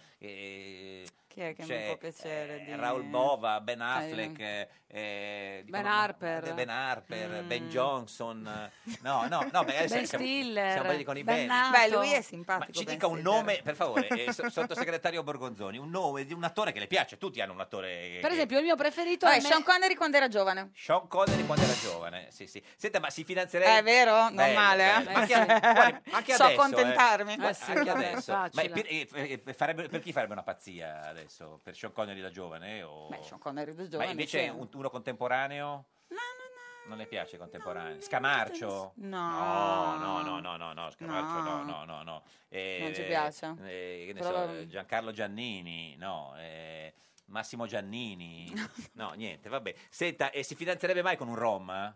eh, Chi è che c'è, mi può piacere? eh, di- Raoul Bova, Ben Eh, Affleck, eh, eh, Ben dicono- Harper. Ben Harper, Mm. Ben Johnson. eh, No, no, no, magari Ben siamo- Stiller, siamo quelli con i Ben belli. Nato. Beh, lui è Ma simpatico. ci Ben dica un Stiller. nome, per favore, eh, so- sottosegretario Borgonzoni, un nome di un attore che le piace, tutti hanno un attore. Per che- esempio, il mio preferito Vabbè, è me- Sean Connery quando era giovane. Sean Connery quando era giovane, sì, sì. Senta, ma si fidanzerebbe? È vero? Non Bello, male, eh? bello. Anche, guardi, anche So adesso, accontentarmi. Eh. Eh sì, anche vabbè, adesso. facile. Ma è pi- eh, eh, farebbe- per chi farebbe una pazzia adesso? Per Sean Connery da giovane? O... Beh, Sean Connery da Ma giovane. invece sì. un- uno contemporaneo? No, no, no. Non le piace contemporaneo? Scamarcio? No. No, no, no, no, no, Scamarcio no, no, no, no. Eh, Non ci piace? eh, che ne Però- so, Giancarlo Giannini, no, eh, Massimo Giannini, no, niente, vabbè. Senta, e si fidanzerebbe mai con un rom?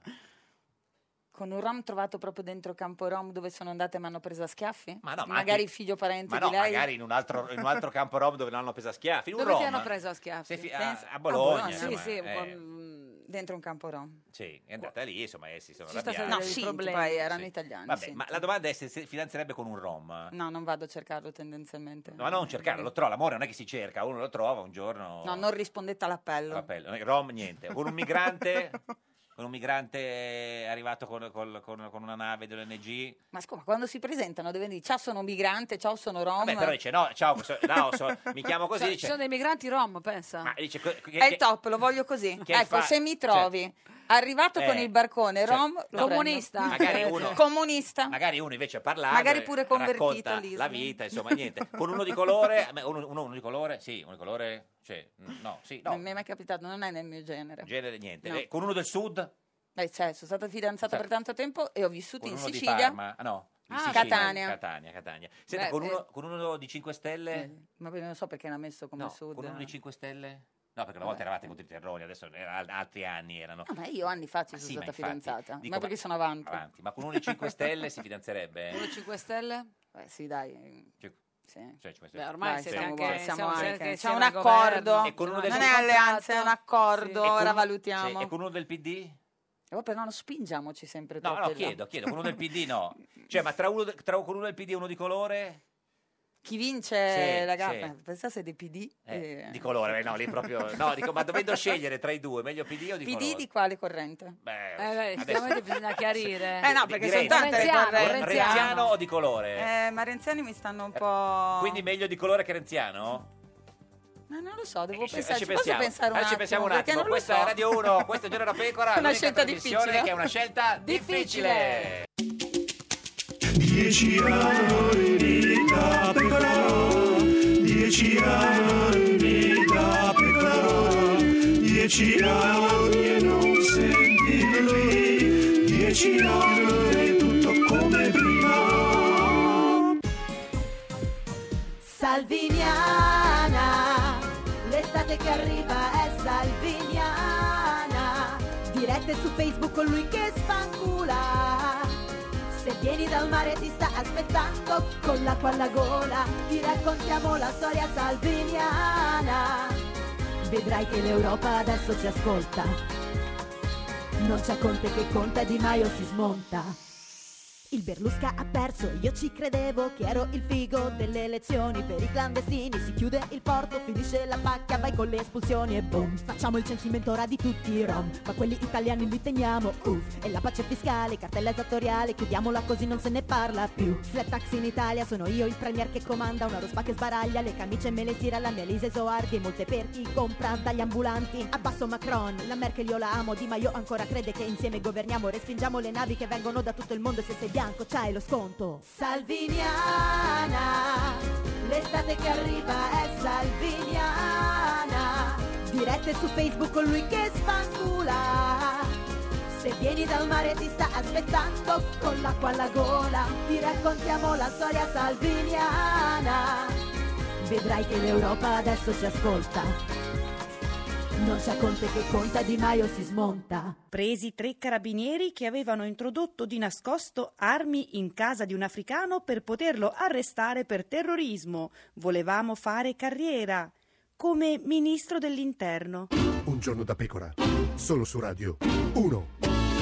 Con un rom trovato proprio dentro Campo Rom dove sono andate e mi hanno preso a schiaffi? Ma no, ma magari anche- figlio parente Ma no, di lei? magari in un altro, in un altro campo rom dove l'hanno presa a schiaffi. In un Dove ti rom. hanno preso a schiaffi? Se fi- a, Pensa- a Bologna, Sì, insomma, sì, un eh, po', mm, dentro un Campo Rom. sì, è andata lì, insomma, e si sono Ci sta arrabbiati. No, dei sì, problemi. poi erano Sì. italiani. Vabbè, sì. ma la domanda è se si fidanzerebbe con un rom. No, non vado a cercarlo tendenzialmente. No, ma non cercarlo, lo trova, l'amore non è che si cerca, uno lo trova un giorno. No, non rispondete all'appello. Appello. Rom niente, con un migrante, con un migrante arrivato con, col- con- con una nave dell'O N G. Ma scusa, quando si presentano devono dire ciao sono migrante, ciao sono rom. Vabbè, però dice no, ciao, so- no, so- mi chiamo così, Cioè, ci dice, sono dei migranti rom, pensa. ma dice che- che- È il top, lo voglio così. che Ecco, fa- se mi trovi arrivato Eh, con il barcone cioè, rom, lo comunista. prendo. Magari uno- comunista. magari uno invece parlando Magari eh, pure convertito racconta all'Islam. la vita, insomma, niente. Con uno di colore, a me- uno, uno- uno di colore, sì, uno di colore, cioè, mm, no, sì, no, Non mi è mai capitato, non è nel mio genere. genere niente. No. Eh, con uno del sud? Beh, cioè, sono stata fidanzata Sì. per tanto tempo e ho vissuto Con in uno di Sicilia. Parma? Ah, no, in Ah, Sicilia. Catania. Catania, Catania. Senta, Beh, con, eh. uno, con uno di cinque Stelle? Eh, ma poi non so perché l'ha messo come No, sud. con uno di cinque Stelle? No, perché una volta eravate contro i terroni, adesso era- altri anni erano. Ah, ma io anni fa ci Ma sono sì, ma stata infatti, fidanzata. dico, ma perché sono avanti. avanti. Ma con uno di cinque Stelle si fidanzerebbe? Uno cinque Stelle? Beh, sì, dai. Cioè, Sì. cioè, cinque Beh, Stelle. ormai Dai, siete siamo anche, buoni, siamo siamo anche- anche c'è insieme un al accordo. governo. E con uno Non del è alleanza, è un accordo, E con ora un- valutiamo. sì, e con uno del P D? Oh, però non spingiamoci sempre No, troppo no, in là. chiedo, chiedo, con uno del P D no. Cioè, ma tra uno, tra con uno del P D e uno di colore? Chi vince Sì, la gara? sì. Beh, Pensasse dei P D. Eh, eh, Di colore, eh, no, lì proprio. No, dico, ma dovendo scegliere tra i due, meglio P D o di P D colore? di quale corrente? Beh, Eh, beh, adesso- sicuramente bisogna chiarire. Eh no, Di- perché di sono Renzi. tante le Renziano, correnti. Renziano. Renziano o di colore? Eh, ma Renziani mi stanno un po'... Quindi meglio di colore che renziano? Ma non lo so, devo Ci- pensare, ci ci posso pensiamo. pensare un Allora ci attimo, pensiamo un perché attimo. non lo Questa so. è Radio uno, questo è Giorno da Pecora, Una l'unica scelta trasmissione difficile. che è una scelta difficile. Dieci anni da pecora, dieci anni da pecora, dieci anni e non sentirli, dieci anni e tutto come prima. salviniana, l'estate che arriva è salviniana, dirette su Facebook con lui che sfancula, se vieni dal mare ti sta aspettando con l'acqua alla gola, ti raccontiamo la storia salviniana, vedrai che l'Europa adesso ci ascolta, non c'è Conte che conta e Di Maio si smonta. Il Berlusca ha perso, io ci credevo che ero il figo delle elezioni. Per i clandestini si chiude il porto, finisce la pacca, vai con le espulsioni e boom. Facciamo il censimento ora di tutti i rom, ma quelli italiani li teniamo, uff. E la pace fiscale, cartella esattoriale, chiudiamola così non se ne parla più. Flat tax in Italia, sono io il premier che comanda, una rospa che sbaraglia, le camicie me le tira la mia Elisa Esoardi e molte per chi compra dagli ambulanti. Abbasso Macron, la Merkel io la amo, Di Maio ancora crede che insieme governiamo, respingiamo le navi che vengono da tutto il mondo e se sei bianco c'hai lo sconto. Salviniana, l'estate che arriva è salviniana, dirette su Facebook con lui che sfancula, se vieni dal mare ti sta aspettando con l'acqua alla gola, ti raccontiamo la storia salviniana, vedrai che l'Europa adesso ci ascolta, non c'è Conte che conta, Di Maio si smonta. Presi tre carabinieri che avevano introdotto di nascosto armi in casa di un africano per poterlo arrestare per terrorismo. Volevamo fare carriera come ministro dell'interno. Un giorno da pecora, solo su Radio uno.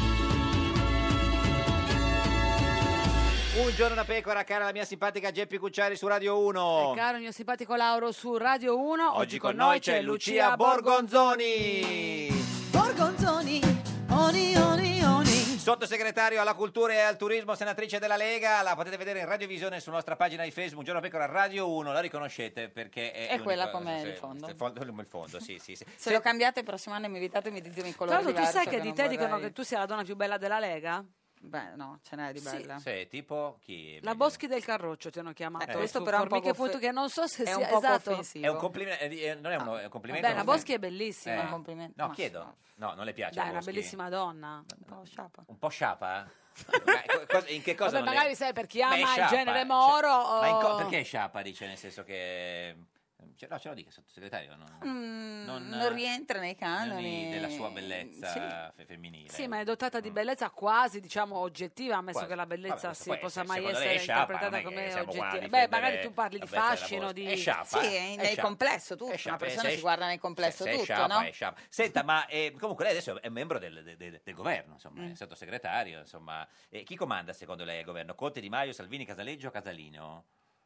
Un giorno da pecora, cara la mia simpatica Geppi Cucciari su Radio uno. E caro il mio simpatico Lauro su Radio uno. Oggi con noi c'è Lucia Borgonzoni. Borgonzoni, oni oni oni. Sottosegretario alla cultura e al turismo, senatrice della Lega, la potete vedere in radiovisione sulla nostra pagina di Facebook, Un giorno da pecora Radio uno, la riconoscete perché è, È quella l'unica- come sì, il fondo. Il fondo, il fondo, sì, sì, sì. Se lo cambiate il prossimo anno mi invitate e mi dite in Tra colore l'altro tu diverso. sai che di non te dicono vorrei- che tu sia la donna più bella della Lega? Beh, no, ce n'è di Sì. bella. Sì, tipo chi? La Boschi del Carroccio ti hanno chiamato. Eh, questo su però è un Formiche poco Foto, offe- che non so se è sia un poco esatto. offensivo. È un complimento, non è uno- è un complimento. Beh, la Boschi è bellissima. Eh. Un complimento. No, Ma chiedo. No, non le piace Dai, la è una Boschi? bellissima donna. Un po' sciapa. Un po' sciapa? Ma co- cosa- in che cosa Vabbè, non le- magari sai per chi Ma è ama il sciapa, genere cioè- Moro. Ma in co- o- perché è sciapa, dice, nel senso che... Cioè, no, ce lo dica, sottosegretario. Non, Mm, non- non, rientra nei canoni della sua bellezza Sì. fe- femminile. Sì, ma è dotata di bellezza quasi, diciamo, oggettiva, ammesso Quasi. che la bellezza Vabbè, si può possa essere, mai secondo lei essere è sciapa, interpretata non è che come siamo qua a oggettiva. Beh, difendere magari tu parli di la bellezza della fascino, Boschi. di... È sciapa? Sì, È nel sciapa. complesso tutto, È sciapa, una persona se è- si guarda nel complesso se è tutto, sciapa, no? è sciapa. Senta, ma eh, comunque lei adesso è membro del, del- del- del governo, insomma, Mm. è sottosegretario, insomma. Eh, chi comanda secondo lei il governo? Conte, Di Maio, Salvini, Casaleggio o Casalino?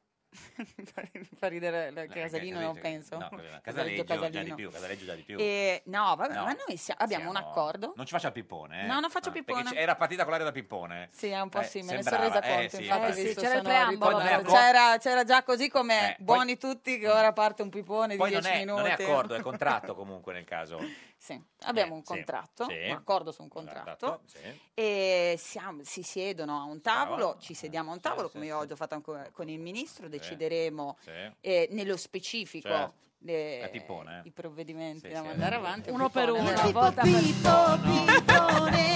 Fa ridere che Eh, Casalino non penso. No, Casaleggio, Casaleggio già di Casalino. più, Casaleggio già di più. E, no, vabbè, No. ma noi sia- abbiamo un Siamo- accordo. Non ci faccia il pippone, eh? No, non faccio Ah, pippone. perché c- Era partita con l'aria da pippone. Sì, è un po' Eh, sì, me ne sembrava, sono resa eh, conto, sì, infatti, infatti. visto, c'era il sono preambolo, ritornata. però. c'era, c'era già così come Eh, poi- buoni tutti che ora parte un pippone di Poi non dieci è, minuti. non è accordo, è contratto comunque nel caso. Sì, abbiamo Eh, un sì, contratto, sì. un accordo su un contratto. Sì. E siamo- si siedono a un tavolo, Bravo. ci sediamo a un tavolo, sì, come sì. io oggi ho fatto anche con il ministro, decideremo Sì. eh, nello specifico Certo. le- È pippone, eh. i provvedimenti Sì, da sì, mandare sì. avanti. Uno per pippone, uno, vero? una volta per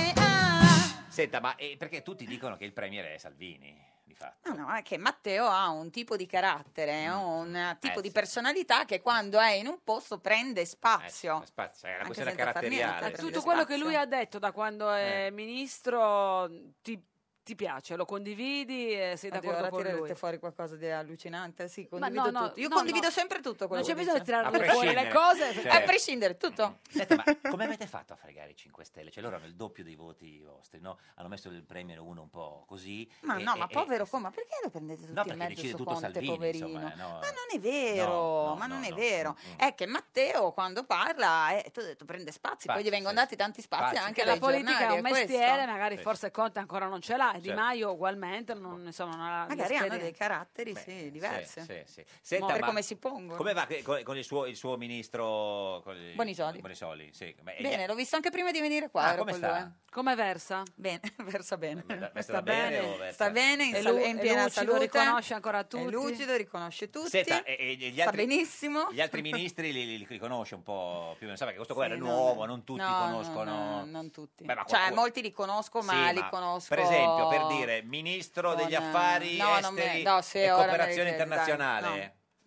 Senta, ma eh, perché tutti dicono che il premier è Salvini, di fatto? No, no, è che Matteo ha un tipo di carattere, Mm. un tipo Eh, di sì. personalità che quando è in un posto prende spazio. Eh, spazio, è una Anche questione senza far niente, caratteriale. prende Tutto quello che spazio. lui ha detto da quando è Eh. ministro ti, ti piace, lo condividi e sei Oddio, d'accordo ora con lui. tirate fuori qualcosa di allucinante. Sì, Ma condivido no, no, tutto. Io no, condivido no. sempre tutto quello Non c'è che bisogno di dice. tirare A fuori le prescindere. cose. Certo. A prescindere, tutto. Senta, ma come avete fatto a fregare i cinque Stelle? Cioè loro hanno il doppio dei voti vostri, no? Hanno messo il premier uno un po' così. Ma e- no, e- ma e- povero come? Ma perché lo prendete tutti No, in perché mezzo decide su tutto Conte, Salvini, poverino? insomma, eh, no. Ma non è vero, No, no, ma non no, è no. vero. Mm, mm. È che Matteo quando parla, eh, tu hai detto prende spazi, poi Spazi, gli vengono sì. dati tanti spazi Spazi. anche Che dai la politica giornali, è un questo. mestiere, magari Sì. forse Conte ancora non ce l'ha, e Di Certo. Maio ugualmente non, insomma, non ha Magari hanno l'esperienza. dei caratteri, Beh, sì, diversi. Sì, sì, sì. Senta, Per ma come si pongono. come va che- con, con il, suo, il suo ministro con il- Bonisoli. Bonisoli, sì. Beh, e Bene, gli- l'ho visto anche prima di venire qua. Ah, ero come con sta? lui. Come versa? Bene, versa bene. Versa sta bene bene. o versa- Sta bene, in, È sal- lu- è in è piena lucido, salute. riconosce ancora tutti. È lucido, riconosce tutti. Senta, e, e gli sta altri, benissimo. gli altri ministri li, li- li riconosce un po' più, non sa perché questo Sì, governo è no, nuovo, non tutti no, conoscono. no, no, non tutti. Beh, ma Cioè, qualcuno- molti li conosco, ma Sì, li conosco. Per esempio, per dire, ministro degli con- affari no, non me- esteri no, sì, e ora me cooperazione li- dai, internazionale. no.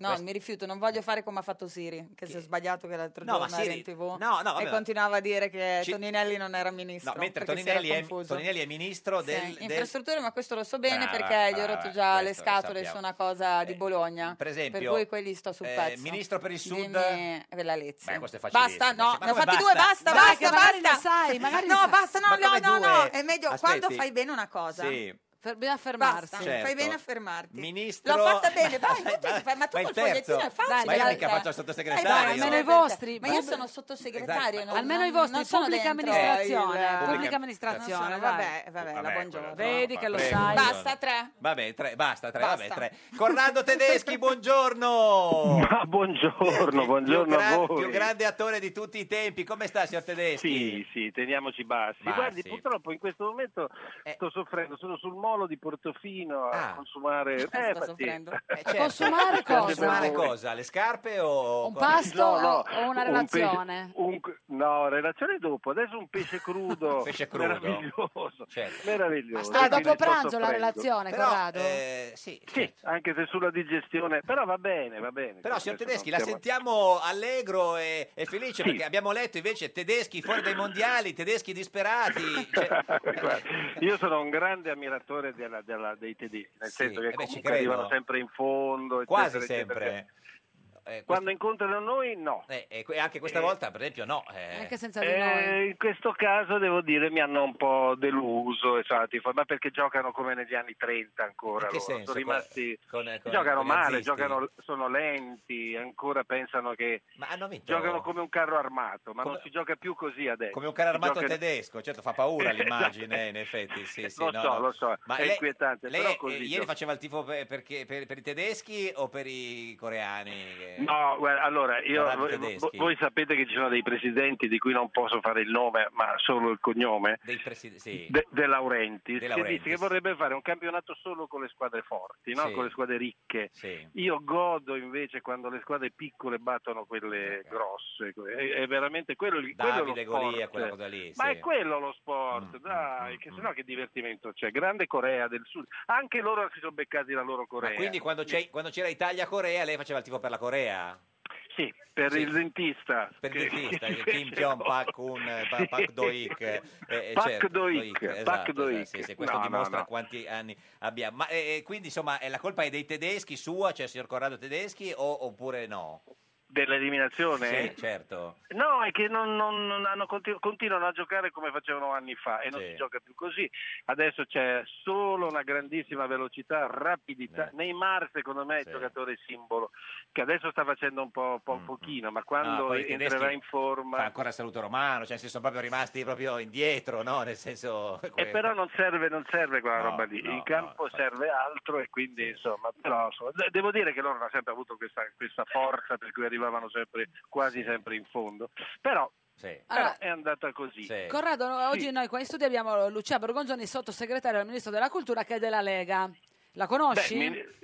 No, Questo- mi rifiuto, non voglio fare come ha fatto Siri, che si è sbagliato che l'altro No, ma giorno era Siri- in tv no, no, vabbè, e ma- continuava a dire che Ci- Toninelli non era ministro. No, mentre perché si era Toninelli è, confuso. Toninelli è ministro Sì, del... del- infrastrutture, ma questo lo so bene Brava, perché gli ho brava, rotto già le questo lo scatole sappiamo. su una cosa di Bologna. per esempio, per cui quelli sto sul eh, pezzo. ministro per il Sud? Dimmi- eh, la Lezzi. Beh, questo è Basta, facilissimo. no, Sì, ma ne ho come fatti due, basta, Dai, basta, che magari basta. ne sai, magari no, ne sai. basta, no, Ma no, come no, due? no, è meglio Aspetti. quando fai bene una cosa. Sì. Per- bisogna fermarsi. Basta, Certo. fai bene a fermarti. Ministro... L'ho fatta bene, vai, Ma- tu ti fai- ma tu ma col il terzo? fogliettino è facile. Ma io mica dai. faccio il Eh, sottosegretario. dai, almeno i vostri. Ma io sono sottosegretario. Esatto. non- Almeno i non- vostri, non sono pubblica dentro amministrazione, il- pubblica Pubblica- amministrazione, non sono- dai. vabbè, vabbè, la Vabbè, buongiorno. quello- Vedi no, che lo prego, sai. buongiorno. Basta, tre. Vabbè, tre, basta, tre, Basta. vabbè, tre. Corrado Tedeschi, buongiorno! Ma buongiorno, Più buongiorno gra- a voi. Più grande attore di tutti i tempi. Come sta, signor Tedeschi? Sì, sì, teniamoci bassi. Bassi. Guardi, purtroppo in questo momento Eh. sto soffrendo, sono sul molo di Portofino a Ah. consumare... Sto pazienza. soffrendo. Eh, certo. Consumare cosa? Consumare cosa? Le scarpe o... Un pasto No, no, o o una un relazione? pesce- un- no, relazione dopo. Adesso un pesce crudo. Pesce crudo. Meraviglioso. Certo. Meraviglioso. Ah, Quindi dopo sto pranzo la soffrendo. relazione, Però, Corrado? eh, sì, Sì, certo. anche se sulla digestione, però va bene, va bene. Però, signor Adesso Tedeschi, non la stiamo- sentiamo allegro e, e felice Sì. perché abbiamo letto invece tedeschi fuori dai mondiali, tedeschi disperati. Cioè, Guarda, io sono un grande ammiratore della- della- dei tedeschi, nel Sì, senso che eh beh, ci comunque credo. arrivano sempre in fondo, eccetera, quasi eccetera. sempre. Eh, Quando incontrano noi, no. questo- eh, e que- anche questa Eh. volta, per esempio, no. eh. Anche senza di Eh, noi. in questo caso devo dire mi hanno un po' deluso, esatto, ma perché giocano come negli anni trenta ancora. In che loro. senso? Sono rimasti, Con- con- giocano con gli male, nazisti? giocano, sono lenti, ancora pensano che Ma hanno vinto giocano come un carro armato, ma Come- non si gioca più così adesso. come un carro Si armato gioca- tedesco, certo fa paura l'immagine, in effetti. Sì, sì, lo no, so, no. lo so, Ma è lei, inquietante, lei, però eh, così ieri gioca. faceva il tifo per, perché- per- per i tedeschi o per i coreani? che- No, guarda, allora io, Corrado voi, Tedeschi. voi sapete che ci sono dei presidenti di cui non posso fare il nome, ma solo il cognome, Dei presidi- sì. De, De Laurentiis, De che Laurentiis. dice che vorrebbe fare un campionato solo con le squadre forti, no? Sì. Con le squadre ricche. Sì. Io godo invece quando le squadre piccole battono quelle grosse, è, è veramente quello, il- quello Davide è lo sport. Golia, quella cosa lì. Ma sì. è quello lo sport, dai, che sennò che divertimento c'è. Grande Corea del Sud, anche loro si sono beccati la loro Corea. Ma quindi quando, c'è- quando c'era Italia-Corea lei faceva il tifo per la Corea? Sì, per Sì. il dentista. Per il che- dentista, che il si Kim fece- Jong Pak Un, eh, Pa- Sì. Pak Do-ik. eh, eh, Pak certo, Do-ik, esatto, Pak esatto, Do-ik. sì, sì, questo No, no, dimostra no. quanti anni abbiamo. Ma eh, eh, quindi insomma è la colpa è dei tedeschi sua, cioè il signor Corrado Tedeschi, o, oppure no? Dell'eliminazione? Sì, certo. No, è che non, non- non hanno continu- continuano a giocare come facevano anni fa e non Sì. si gioca più così. Adesso c'è solo una grandissima velocità, rapidità. Eh. Neymar secondo me è il Sì. giocatore simbolo, che adesso sta facendo un po', po' pochino, ma quando Ah, poi i entrerà tedeschi in forma... Fa ancora il saluto romano, cioè si sono proprio rimasti proprio indietro, no? Nel senso... E però non serve, non serve quella No, roba lì, no, in campo no, infatti. serve altro e quindi insomma, però, insomma, de- devo dire che loro hanno sempre avuto questa, questa forza per cui arrivavano sempre, quasi sempre in fondo, però, Sì. però Allora- è andata così. Sì. Corrado, no, oggi noi qua in studio abbiamo Lucia Borgonzoni, sottosegretario del Ministro della Cultura, che è della Lega. La conosci? Beh, mi-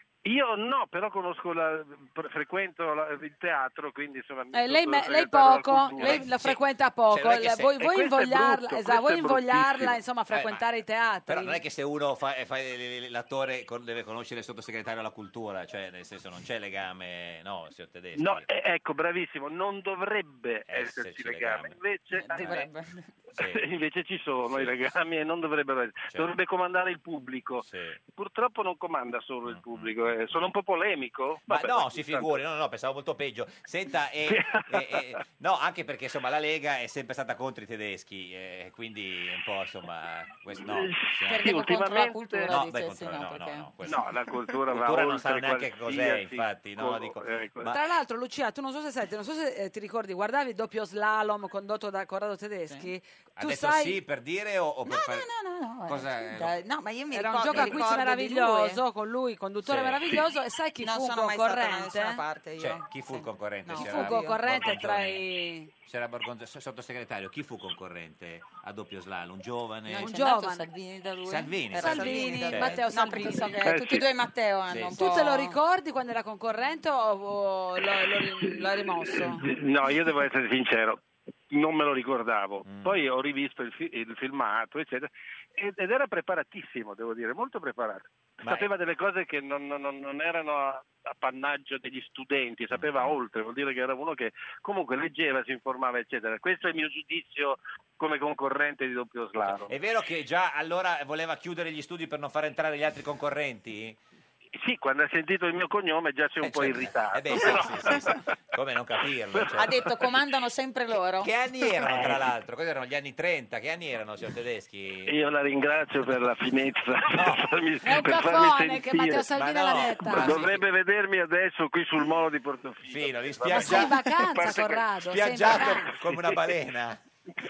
io no, però conosco, la, pre- frequento la- il teatro, quindi insomma... mi Eh, lei, me- sottosegretario lei alla poco, cultura. lei la Sì. frequenta poco. Cioè, non è che La- se- vuoi, e vuoi questo è invogliarla, brutto, esatto, vuoi questo è invogliarla bruttissimo. insomma, a Eh, frequentare ma- i teatri? Però non è che se uno fa, fa l'attore con- deve conoscere il sottosegretario alla cultura, cioè nel senso non c'è legame, no, signor Tedeschi? No, eh, ecco, bravissimo, non dovrebbe Esserci esserci legame, legame. invece, Dovrebbe. Sì. invece ci sono Sì. i legami e non dovrebbero essere. Certo. Dovrebbe comandare il pubblico. Sì. Purtroppo non comanda solo il pubblico, eh. Sono un po' polemico. Ma Vabbè, no, ma si tanto- figuri, no, no, pensavo molto peggio. Senta, e, e- e- no, anche perché insomma la Lega è sempre stata contro i tedeschi, eh, quindi un po' insomma, questo, no. siamo- Perché contro la ultimamente- cultura No, dice beh, sì, contro- no, no, perché... no, no, questo- No, la cultura, va cultura non oltre sanno neanche cos'è, qualsiasi infatti, no, co- dico, ecco. ma- Tra l'altro, Lucia, tu non so se sai, non so se eh, ti ricordi, guardavi il doppio slalom condotto da Corrado Tedeschi. Tu adesso sai, sì per dire o, o per fare... No, no, no, eh, Cosa- sì, dai, no, ma io mi era un ricordo, gioco a mi quiz ricordo di meraviglioso lui. con lui, conduttore Sì. meraviglioso, e sai chi Non fu un sono mai stata da concorrente? nessuna parte io. Cioè, chi fu il concorrente? No. Chi C'era fu concorrente Borgonzoni. tra i... C'era Borgonzoni, sottosegretario, chi fu concorrente a doppio slalom? Un giovane? Non Un c'è andato giovane. Salvini da lui? Salvini, Era Salvini, certo. Matteo No, Salvini. perché so che Eh, tutti sì. e due Matteo hanno Sì, un sì. po'... Tu te lo ricordi quando era concorrente o, o lo, lo, lo hai rimosso? No, io devo essere sincero, non me lo ricordavo. Mm. Poi ho rivisto il, fi- il filmato, eccetera, ed ed era preparatissimo, devo dire, molto preparato. Ma- sapeva delle cose che non, non- non erano appannaggio degli studenti, sapeva oltre, vuol dire che era uno che comunque leggeva, si informava, eccetera. Questo è il mio giudizio come concorrente di doppio slalom. È vero che già allora voleva chiudere gli studi per non far entrare gli altri concorrenti? Sì, quando ha sentito il mio cognome già si è un po' irritato. Eh beh, sì, sì, sì, sì. Come non capirlo? cioè. Ha detto comandano sempre loro. Che anni erano, tra l'altro? Cosa erano? Gli anni trenta? Che anni erano, signor Tedeschi? Io la ringrazio per la finezza, per farmi, È un per farmi caffone sentire. che Matteo Salvini Ma no, l'ha detta. ma- Dovrebbe vedermi adesso qui sul molo di Portofino. Fino, li Ma sei in vacanza, Corrado? Sei in Spiaggiato vacanza. come una balena.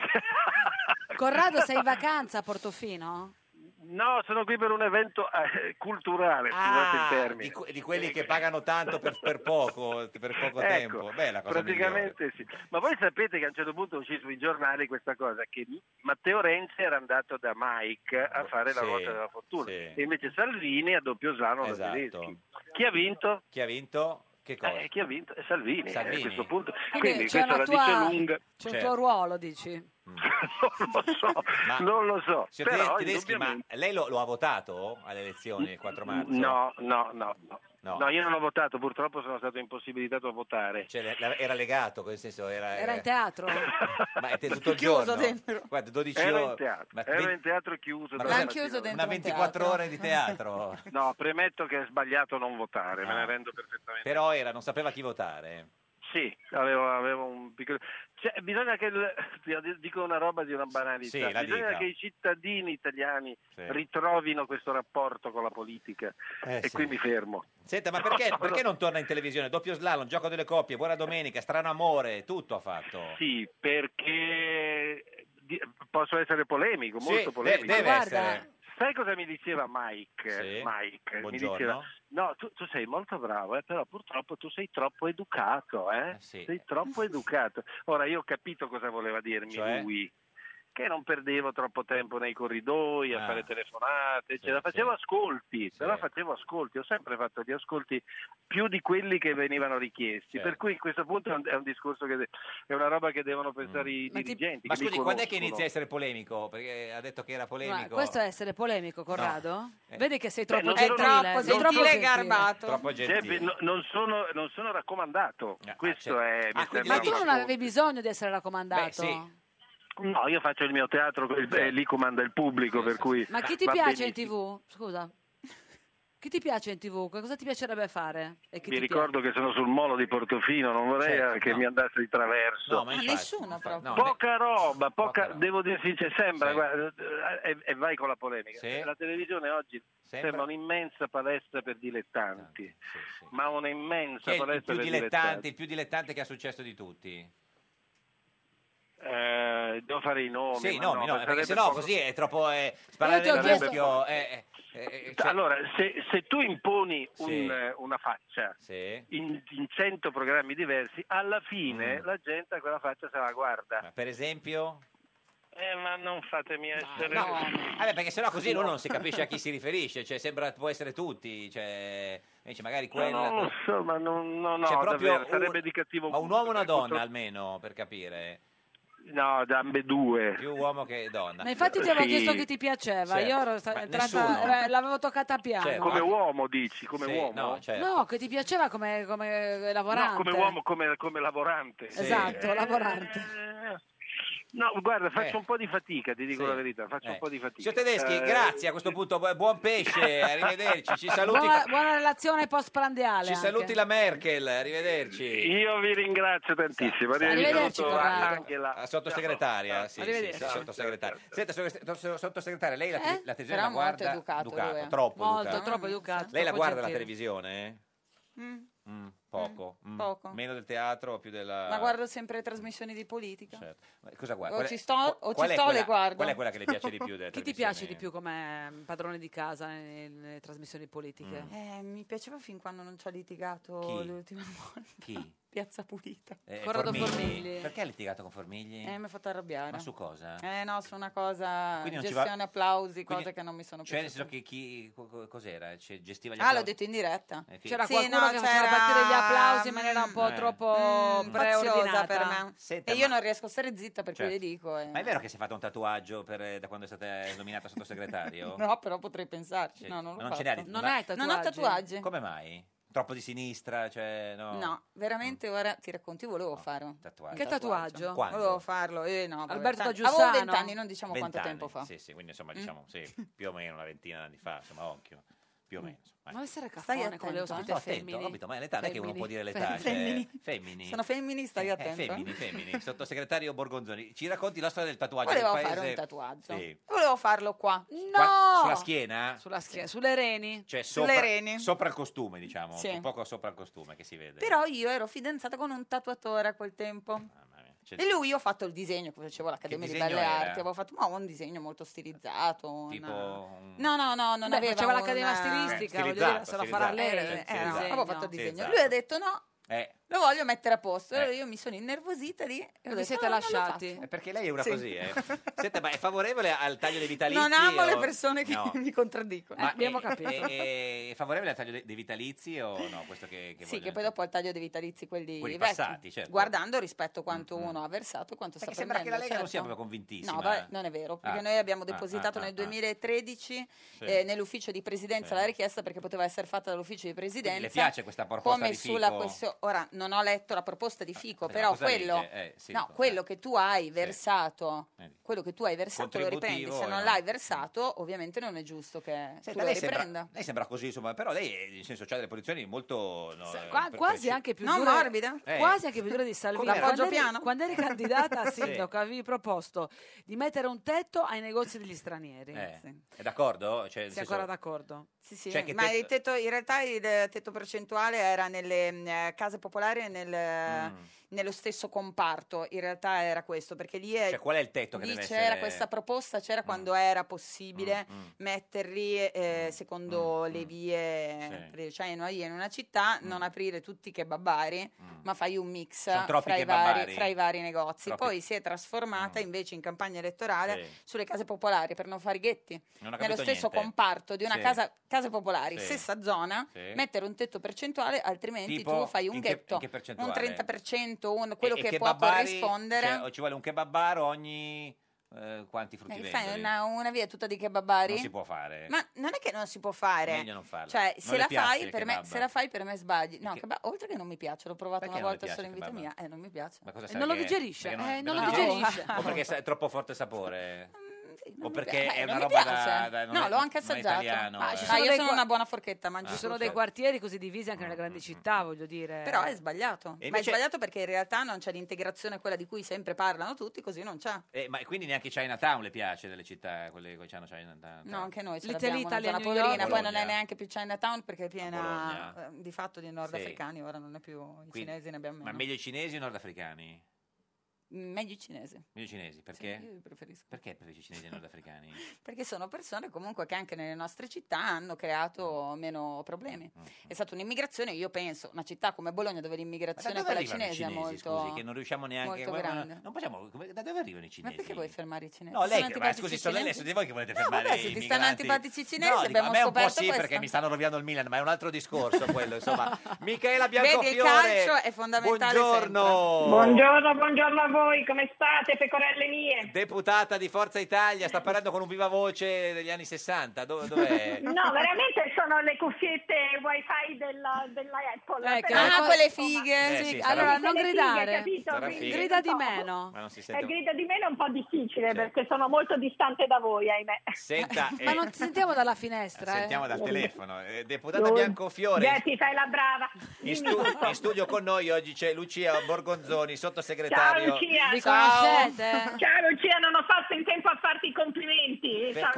Corrado, sei in vacanza a Portofino? No, sono qui per un evento eh, culturale, scusate il Ah, termine. di, que- di quelli che pagano tanto per, per poco, per poco Ecco, tempo. Beh, la cosa praticamente sì. Ma voi sapete che a un certo punto uscì sui giornali questa cosa, che Matteo Renzi era andato da Mike a fare la Sì, ruota della fortuna, sì. e invece Salvini a doppio slalom da Esatto. Tedeschi. Chi ha vinto? Chi ha vinto? Che cosa? Eh, chi ha vinto? È Salvini, Salvini. eh, a questo punto. Quindi Quindi c'è questa una la tua- dice lunga. C'è un Certo. tuo ruolo, dici? non lo so, non lo so. Signor Però, Tede- Tedeschi, ma indubbiamente- lei lo, lo ha votato alle elezioni il quattro marzo? No, no, no, no. No. No, io non ho votato, purtroppo sono stato impossibilitato a votare. Cioè, le- la- era legato, nel senso era... Era in teatro? Ma è tutto il Chiuso giorno? dentro. Guarda, dodici Ero ore... in teatro, Ma ero ve- in teatro chiuso. ma dalla cos'è? L'han chiuso dentro Una un ventiquattro teatro. ore di teatro? No, premetto che è sbagliato non votare, me No. ne rendo perfettamente. Però era, non sapeva chi votare. Sì, avevo, avevo un piccolo... Cioè, bisogna che... Il... Dico una roba di una banalità. Sì, la bisogna dica. che i cittadini italiani Sì. ritrovino questo rapporto con la politica. Eh, e sì. qui mi fermo. Senta, ma perché, No, no. perché non torna in televisione? Doppio slalom, gioco delle coppie, buona domenica, strano amore, tutto ha fatto. Sì, perché... di- Posso essere polemico, Sì, molto de- polemico. deve Guarda, essere. Sai cosa mi diceva Mike? Sì. Mike mi Buongiorno. diceva: no, tu, tu sei molto bravo, eh, però purtroppo tu sei troppo educato, eh? Eh, sì. Sei troppo educato. Ora io ho capito cosa voleva dirmi Cioè? lui. Che non perdevo troppo tempo nei corridoi a Ah. fare telefonate, eccetera. Sì, Facevo sì. ascolti, Sì. però facevo ascolti, ho sempre fatto gli ascolti più di quelli che venivano richiesti. Certo. Per cui a questo punto è un, è un discorso che de- è una roba che devono pensare i Ma ti- dirigenti. Ma che mi scusi, quando è che conoscono. inizia a essere polemico? Perché ha detto che era ma polemico. questo è essere polemico, Corrado? Eh. Vedi che sei Beh, troppo non È sono- gentile. troppo sei troppo gentile e gentile. garbato. Troppo gentile. Geppi, no- non, sono, non sono raccomandato, Ah, questo certo. è... mi Ah, quindi sembra Ma tu un non ascolto. avevi bisogno di essere raccomandato? Beh, sì. No, io faccio il mio teatro, e lì comanda il pubblico, Sì, per sì. cui... Ma chi ti va piace in benissimo. tivù? Scusa. Chi ti piace in tivù? Cosa ti piacerebbe fare? E chi Mi ti ricordo che sono sul molo di Portofino, non vorrei Certo, eh, che no. mi andasse di traverso. No, ma infatti, nessuno infatti, proprio. no, Poca roba, poca, poca roba. devo dire sincero, sembra, Sì. guarda, eh, e, e vai con la polemica. Sì. La televisione oggi Sembra- sembra, un'immensa palestra per dilettanti, Sì, sì. ma un'immensa Chi è il palestra più per dilettante, dilettanti. il più dilettante che ha successo di tutti? Eh, devo fare i nomi. Sì, ma nomi, no, no, perché sarebbe sennò poco- così è troppo eh, sparare Io ti ho nel chiesto- muschio. eh, eh, eh, cioè- Allora, se, se tu imponi un, Sì. eh, una faccia Sì. in, in cento programmi diversi, alla fine Mm. la gente a quella faccia se la guarda. Ma per esempio? Eh, ma non fatemi essere... No, vabbè, perché sennò così uno non si capisce a chi si riferisce, cioè sembra può essere tutti, cioè invece magari Ma quella non lo so, ma non, no, no, C'è proprio davvero, sarebbe un- di cattivo ma un uomo o una gusto. donna almeno per capire, No, da ambedue. più uomo che donna. Ma infatti ti avevo Sì. chiesto chi ti piaceva, Certo. io ero sta- Ma entrata- nessuno. eh, l'avevo toccata a piano. Certo. Come uomo dici, come Sì, uomo? no, certo. No, che ti piaceva come, come lavorante. No, come uomo, come, come lavorante. Sì. Esatto, Eh, lavorante. No, guarda, faccio Eh. un po' di fatica, ti dico Sì. la verità, faccio Eh. un po' di fatica. Signor Tedeschi, Eh, grazie a questo punto, bu- buon pesce, arrivederci, ci saluti, Buona, buona relazione postprandiale. ci anche. saluti la Merkel, arrivederci. Io vi ringrazio tantissimo. Arrivederci, saluto Corrado. anche la... La sottosegretaria, sì, sì, Arrivederci. sì, sottosegretaria. Senta, so- sottosegretaria, lei la, Eh? la televisione Però la molto guarda educato lui, eh. troppo Molto, educato. troppo educato. Lei la troppo guarda la gentile. televisione? Mm. Mm, poco. Mm. poco. Meno del teatro, più della... Ma guardo sempre trasmissioni di politica. Certo. Ma cosa guarda? O Qual è- ci sto- qual- o ci qual è sto, quella- le guardo. Qual è quella che le piace di più delle Chi ti trasmissioni? piace di più come padrone di casa nelle, nelle trasmissioni politiche? Mm. Eh, mi piaceva fin quando non ci ha litigato Chi? l'ultima volta. Chi? Piazza Pulita. Eh, Corrado Formigli. Formigli. Perché ha litigato con Formigli? Eh, mi ha fatto arrabbiare. Ma su cosa? Eh no, su una cosa, Quindi non ci gestione va- applausi, Quindi- cose che non mi sono Cioè, nel piaciute. senso che chi... co- co- cos'era? Cioè, gestiva gli Ah, l'ho applausi? detto in diretta. Eh, chi- C'era Sì, qualcuno no, che faceva c'era- partire gli applausi in maniera un po' Eh. troppo Mm, faziosa preordinata. per me. Senta, e io ma- non riesco a stare zitta, per Certo. cui le dico. eh. Ma è vero che si è fatto un tatuaggio per- da quando è stata nominata sottosegretario? No, però potrei pensarci. Sì. No, non l'ho Ma non ce n'ha fatto. di- Non ma- hai tatuaggi? Non ho tatuaggi. Come mai? Troppo di sinistra? Cioè, no. No, veramente ora ti racconti, volevo fare un Tatuaggio. Che tatuaggio? Quando? Volevo farlo, eh, no, vabbè, Alberto tanti- Giussano? avevo vent'anni, non diciamo quanto Vent'anni, tempo fa. Sì, sì, quindi insomma Mm. diciamo, sì, più o meno una ventina di anni fa, insomma, occhio, più o meno. insomma. Non essere Stai caffone con le attento, ospite Sto attento, femmini. ho capito, ma l'età non è che uno può dire l'età, Femmini. cioè, Femmini. femmini. Sono femmini, stai Eh, attento. femmini, femmini. Sottosegretario Borgonzoni, ci racconti la storia del tatuaggio Volevo del paese? fare un tatuaggio. Sì. Volevo farlo qua. No! Sulla schiena? Sulla schiena, sulle reni. Cioè Sulle sopra, reni. sopra il costume, diciamo, Sì. un poco sopra il costume che si vede. Però io ero fidanzata con un tatuatore a quel tempo. Cioè, E lui, io ho fatto il disegno che facevo all'Accademia di disegno Belle era? Arti. Avevo fatto ma, un disegno molto stilizzato. una- tipo un- No, no, no, non Beh, aveva faceva l'Accademia una- stilistica, Eh, voglio stilizzato, dire, se lo farà lei. stilizzato, Eh, sì, eh, stilizzato. no, avevo fatto il disegno. Stilizzato. Lui ha detto no, Eh, lo voglio mettere a posto. Eh. Allora io mi sono innervosita lì e ho Vi detto, siete "No, non l'ho lasciati?" fatto." eh, perché lei è una Sì. così, eh. Senta, ma è favorevole al taglio dei vitalizi? Non amo le o- persone che No. mi contraddicono. Ma abbiamo è, capito. È, è- è favorevole al taglio dei, dei vitalizi o no? Questo che, che Sì, voglio- che poi dopo al taglio dei vitalizi quelli, Quelli vecchi, passati, certo. guardando rispetto a quanto uno ha versato e quanto Perché sta sembra che la prendendo. Lega non sia certo. proprio convintissima. No, vabbè, non è vero, perché Ah. noi abbiamo Ah, depositato ah, nel ah, duemilatredici Sì. eh, nell'ufficio di presidenza Sì. la richiesta perché poteva essere fatta dall'ufficio di presidenza. Le piace questa proposta come di sulla Fico? questione. Ora non ho letto la proposta di Fico, Eh, però cosa quello, legge? Eh, sì, no, eh. quello che tu hai versato, Vedi. quello che tu hai versato lo riprendi. Contributivo, Se non eh, l'hai versato, ovviamente non è giusto che tu Senta, lo lei, riprenda. sembra, lei sembra così, insomma, però lei, è, nel senso, ha delle posizioni molto... no, eh, Qua- pre- quasi preci- anche più Non dure, morbida? Eh. quasi anche più dure di Salvini. Com'era? Quando L'appoggio eri, piano? quando eri candidata a Sì. sindaco avevi proposto di mettere un tetto ai negozi degli stranieri. Eh, Sì. È d'accordo? Cioè, nel Sei senso- ancora d'accordo? Sì, sì, Cioè che ma tetto- il tetto, in realtà il tetto percentuale era nelle mh, eh, case popolari e nel, Mm. nello stesso comparto, in realtà era questo, perché lì, è, Cioè, qual è il tetto che lì deve c'era essere? questa proposta, c'era quando era possibile Mm, mm. metterli eh, secondo le vie, Sì. per- cioè in una, via, in una città, non aprire tutti i kebabari, ma fai un mix Sono troppi fra i, vari, kebabari. fra i vari negozi. Troppi- Poi si è trasformata invece in campagna elettorale Sì. sulle case popolari per non fare i ghetti. Non ho Nello capito stesso niente. comparto di una Sì. casa, case popolari, Sì. stessa zona, Sì. mettere un tetto percentuale, altrimenti Tipo, tu fai un in che- ghetto, in che percentuale? un trenta per cento, un- quello E- e che può kebabari, corrispondere. Cioè, o ci vuole un kebabaro ogni... eh, quanti Eh, fruttivendoli? fai una, una via tutta di kebabari. Non si può fare. Ma non è che non si può fare. Meglio non farla. Cioè, Non se le la, piace fai il per me, kebab? se la fai per me sbagli. No, che- kebab- oltre che non mi piace, l'ho provato Perché una non le volta piace solo in il vita kebab? mia e non mi piace. Ma cosa E sa non lo che- digerisce, perché eh, non lo perché digerisce. O perché è troppo forte sapore? O perché Beh, è non una mi roba piace. da, da- non No, è- l'ho anche non è assaggiato. italiano, Ma eh. ci ci sono sono io dei sono qua- una buona forchetta, mangio Ci sono tutto. dei quartieri così divisi anche nelle grandi città, voglio dire. Però è sbagliato. E Ma è invece- sbagliato perché in realtà non c'è l'integrazione, quella di cui sempre parlano tutti, così non c'è. Eh, ma quindi neanche Chinatown le piace delle città, quelle che hanno Chinatown? No, anche noi ce L'Italia, l'abbiamo, una Italia, zona New poverina, York. poi non è Bologna. neanche più Chinatown perché è piena Bologna. eh, di fatto di nordafricani, ora non è più i Quindi- cinesi, ne abbiamo Ma meno. meglio i cinesi o i nordafricani? Mm, Meglio i cinesi. Meglio i cinesi, perché? Sì, io li preferisco. Perché preferisci i cinesi ai nordafricani? Perché sono persone comunque che anche nelle nostre città hanno creato meno problemi. Mm, È stata un'immigrazione, io penso, una città come Bologna dove Ma da l'immigrazione dove quella arrivano i cinese è cinesi, molto, scusi, che non riusciamo neanche... molto ma- ma- grande. Non possiamo... come- Da dove arrivano i Ma cinesi? perché vuoi fermare i cinesi? No, lei, Sono ma antipatici scusi, i sono lei, cinesi? siete voi che volete No, fermare vabbè, i se ti stanno migranti. antipatici i cinesi, No, dico, abbiamo a me un po' scoperto sì, questo. perché mi stanno rovinando il Milan, ma è un altro discorso quello, insomma. Michela Vedi, il Biancofiore, calcio è fondamentale buongiorno. Buongiorno, buongiorno a voi, come state, pecorelle mie? Deputata di Forza Italia, sta parlando con un viva voce degli anni sessanta, Dov- dov'è? No, veramente sono le cuffiette wifi della, della Apple. Eh, che- però, Ah, co- quelle insomma, fighe. Eh, sì, Sì, sarà- allora tutte non le fighe, gridare, capito? Sarà Quindi, figa. grida di no. meno. Ma non si Eh, sente... grida di me è un po' difficile Sì. perché sono molto distante da voi, ahimè. Senta, Ma eh, non ti sentiamo dalla finestra, eh. sentiamo dal telefono. Eh, Deputata Tu- Biancofiore, Getty, fai la brava. in, Dimmi stu- tutto. in studio con noi oggi c'è Lucia Borgonzoni, Ciao sottosegretario. Lucia. Vi Ciao. conoscete? Ciao Lucia, non ho fatto in tempo a farti i complimenti. Per Ciao,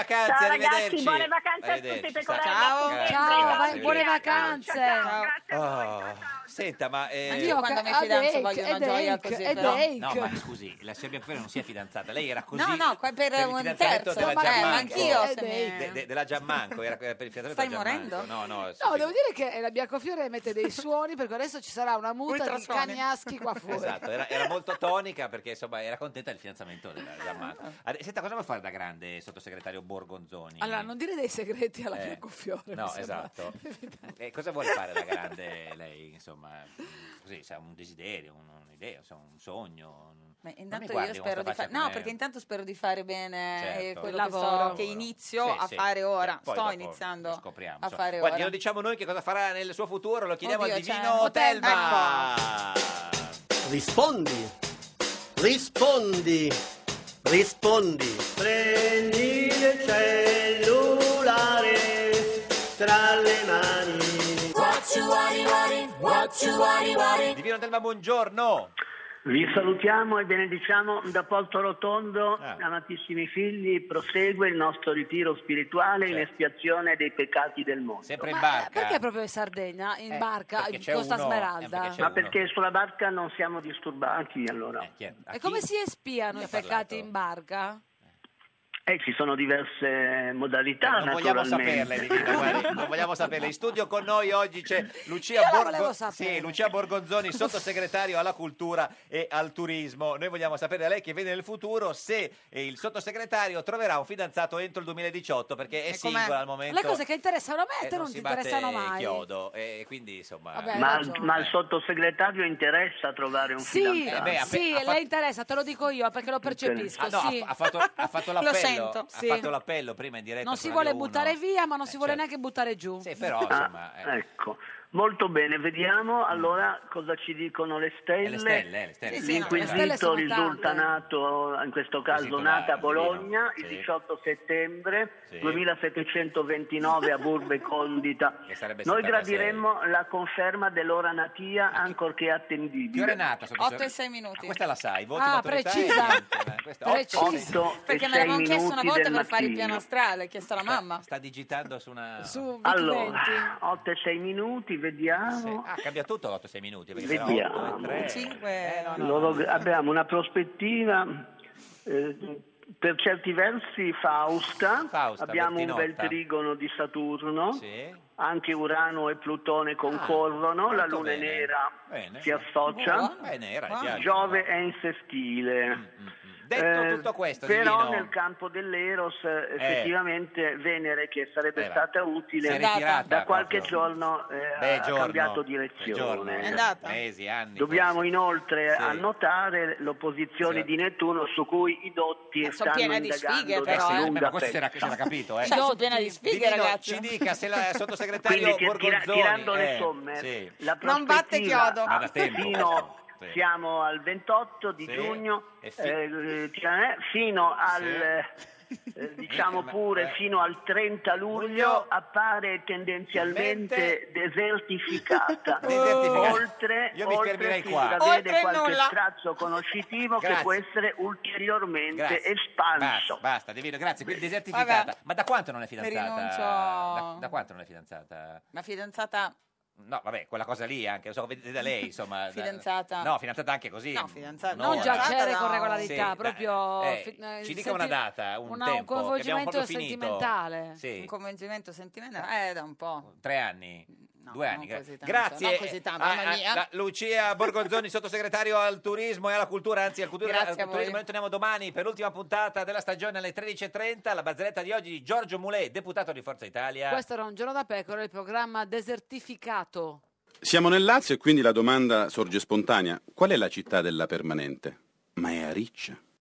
vacanze, Ciao arrivederci. ragazzi, buone vacanze a Arrivederci, tutti, sta- pecorelle. Ciao. a tutti. Ciao, vai- Grazie. buone vacanze. Ciao, ciao, grazie a voi. Oh. Senta, ma... eh, Anch'io quando mi fidanzo Ed voglio una Ed gioia Ec, così. Ed però. Ec. No, ma scusi, la signora Biancofiore non si è fidanzata, lei era così... No, no, qua per, il un fidanzamento terzo. della Ma, eh, Giammanco. ma anch'io se Ed mi- De- de- della Giammanco, era per il fidanzamento Stai della Giammanco. morendo? No, no, No, devo dire che la Biancofiore emette dei suoni perché adesso ci sarà una muta di Ultrasuoni. cagnaschi qua fuori. Esatto, era, era molto tonica perché insomma era contenta del fidanzamento della Giammanco. Ade- Senta, cosa vuole fare da grande sottosegretario Borgonzoni? Allora, non dire dei segreti alla Eh, Biancofiore. mi no, sembra esatto. E cosa vuole fare da grande lei? Insomma, così, sa, un desiderio, un- un'idea, insomma, un sogno. un- Ma Non mi intanto guardi io con spero sta di fare faccia no come- perché intanto spero di fare bene eh, Certo. quello Il che, lavoro. sto- che inizio Sì, a sì. fare ora Poi sto dopo iniziando lo scopriamo, a insomma. fare Guardi, ora glielo diciamo noi che cosa farà nel suo futuro, lo chiediamo Oddio, al c'è- divino Ecco. Telma. Rispondi, rispondi, rispondi. Prendi il cellulare tra le mani. Divino Telma, buongiorno. Vi salutiamo e benediciamo da Porto Rotondo, Ah. amatissimi figli, prosegue il nostro ritiro spirituale in Certo. espiazione dei peccati del mondo. Sempre in Ma barca. perché proprio in Sardegna, in Eh, barca, perché in c'è Costa uno- Smeralda? eh, perché c'è Ma uno- perché sulla barca non siamo disturbati allora? Chi è? A E chi? come si espiano Chi i ha peccati parlato? in barca? Eh, ci sono diverse modalità, non vogliamo naturalmente. saperle, Divino, guardi, non vogliamo saperle. In studio con noi oggi c'è Lucia, Io la Borgo- volevo sapere. sì, Lucia Borgonzoni, sottosegretario alla cultura e al turismo. Noi vogliamo sapere da lei che vede nel futuro se eh, il sottosegretario troverà un fidanzato entro il duemiladiciotto, perché è E com'è? singola al momento. Le cose che interessano a me e a te non si ti batte interessano mai. chiodo, e quindi insomma... Vabbè, Ma, ragione. ma al sottosegretario interessa trovare un Sì, fidanzato? Eh beh, ha sì, fe- ha le fatto- interessa, te lo dico io perché lo percepisco. Ah, no, sì. ha, ha fatto, ha fatto l'appello, sento, ha sì. fatto l'appello prima in diretta Non su si vuole Radio buttare uno. via, ma non si Eh, vuole certo. neanche buttare giù. Sì, però Ah, insomma... eh. ecco, molto bene, vediamo allora cosa ci dicono le stelle. Eh, le stelle, eh, le stelle. Sì, sì, no, le stelle L'inquisito sono risulta tante. nato, in questo caso Inquisito nata a da- Bologna divino, il sì. diciotto settembre Sì. duemilasettecentoventinove a Burbe Condita. Che sarebbe Noi settantasei. gradiremmo la conferma dell'ora natia, ancorché Che ora è attendibile. nata? otto e sei minuti Questa la sai, voti Ah, maturità e precisa. niente, eh, questa- Precisa. otto- otto e perché me sei l'avevano chiesto una minuti volta del per fare il mattino. piano astrale chiesto alla mamma Sta digitando su una... Su Vic Allora, venti. otto e sei minuti, vediamo. Ah, cambia tutto otto sei minuti, perché era Vediamo. otto e tre. Cinque. Eh, no, no, Loro- no. abbiamo una prospettiva eh, per certi versi Fausta, Fausta, abbiamo un bel Bertinotta. trigono di Saturno, Sì. anche Urano e Plutone concorrono, la molto luna bene. nera Bene. si associa, Buono. Bene, era, mi Buono. piace. Giove è in sestile. Detto Eh, tutto questo, però Divino, nel campo dell'Eros eh, effettivamente Venere, che sarebbe Eh, va. stata si è utile, ritirata da qualche proprio. giorno eh, Beh, ha giorno, cambiato beh, giorno, direzione. È andata? mesi, anni. Dobbiamo forse. inoltre Sì. annotare l'opposizione Sì. di Nettuno su cui i dotti Eh, sono stanno piena di indagando sfighe, da però, Eh sì, eh. lunga ma questo era, pezza. c'era capito, eh. cioè, sono piena di sfighe Divino, ragazzi ci dica se la sottosegretario Quindi ti- tira- Borgonzoni... tirando le eh, somme, sì. la Non batte prospettiva chiodo. Ma da tempo fino questo, sì. siamo al ventotto di Sì. giugno, E fi- eh, eh, fino al eh, diciamo Ma- pure eh. fino al trenta luglio Luglio. appare tendenzialmente Mente- desertificata. Desertificata. Oltre, Io mi oltre fermerei si qua. intravede Oltre qualche nulla. trazzo conoscitivo Grazie. che può essere ulteriormente Grazie. espanso. Basta, basta, Divino, grazie. Quindi desertificata. Vabbè. Ma da quanto non è fidanzata? Rinuncio. Da, da quanto non è fidanzata? la fidanzata No, vabbè, quella cosa lì anche, lo so, vedete da lei, insomma. da- Fidanzata. No, fidanzata anche così. no fidanzata un'ora. Non giacere no. con regolarità, Sì, proprio... eh, fi- eh, ci dica senti- una data, un una- tempo, un che abbiamo coinvolgimento proprio finito. sentimentale. Sì, un convincimento sentimentale eh da un po' tre anni. No, Due non anni. gra- così tanto, Grazie. non così tanto, a- mamma a- mia. la- Lucia Borgonzoni, sottosegretario al turismo e alla cultura, anzi al, cultura, Grazie al a voi. turismo. Noi torniamo domani per l'ultima puntata della stagione alle tredici e trenta. La barzelletta di oggi di Giorgio Mulè, deputato di Forza Italia. Questo era Un giorno da pecora, il programma desertificato. Siamo nel Lazio e quindi la domanda sorge spontanea. Qual è la città della permanente? Ma è a Riccia.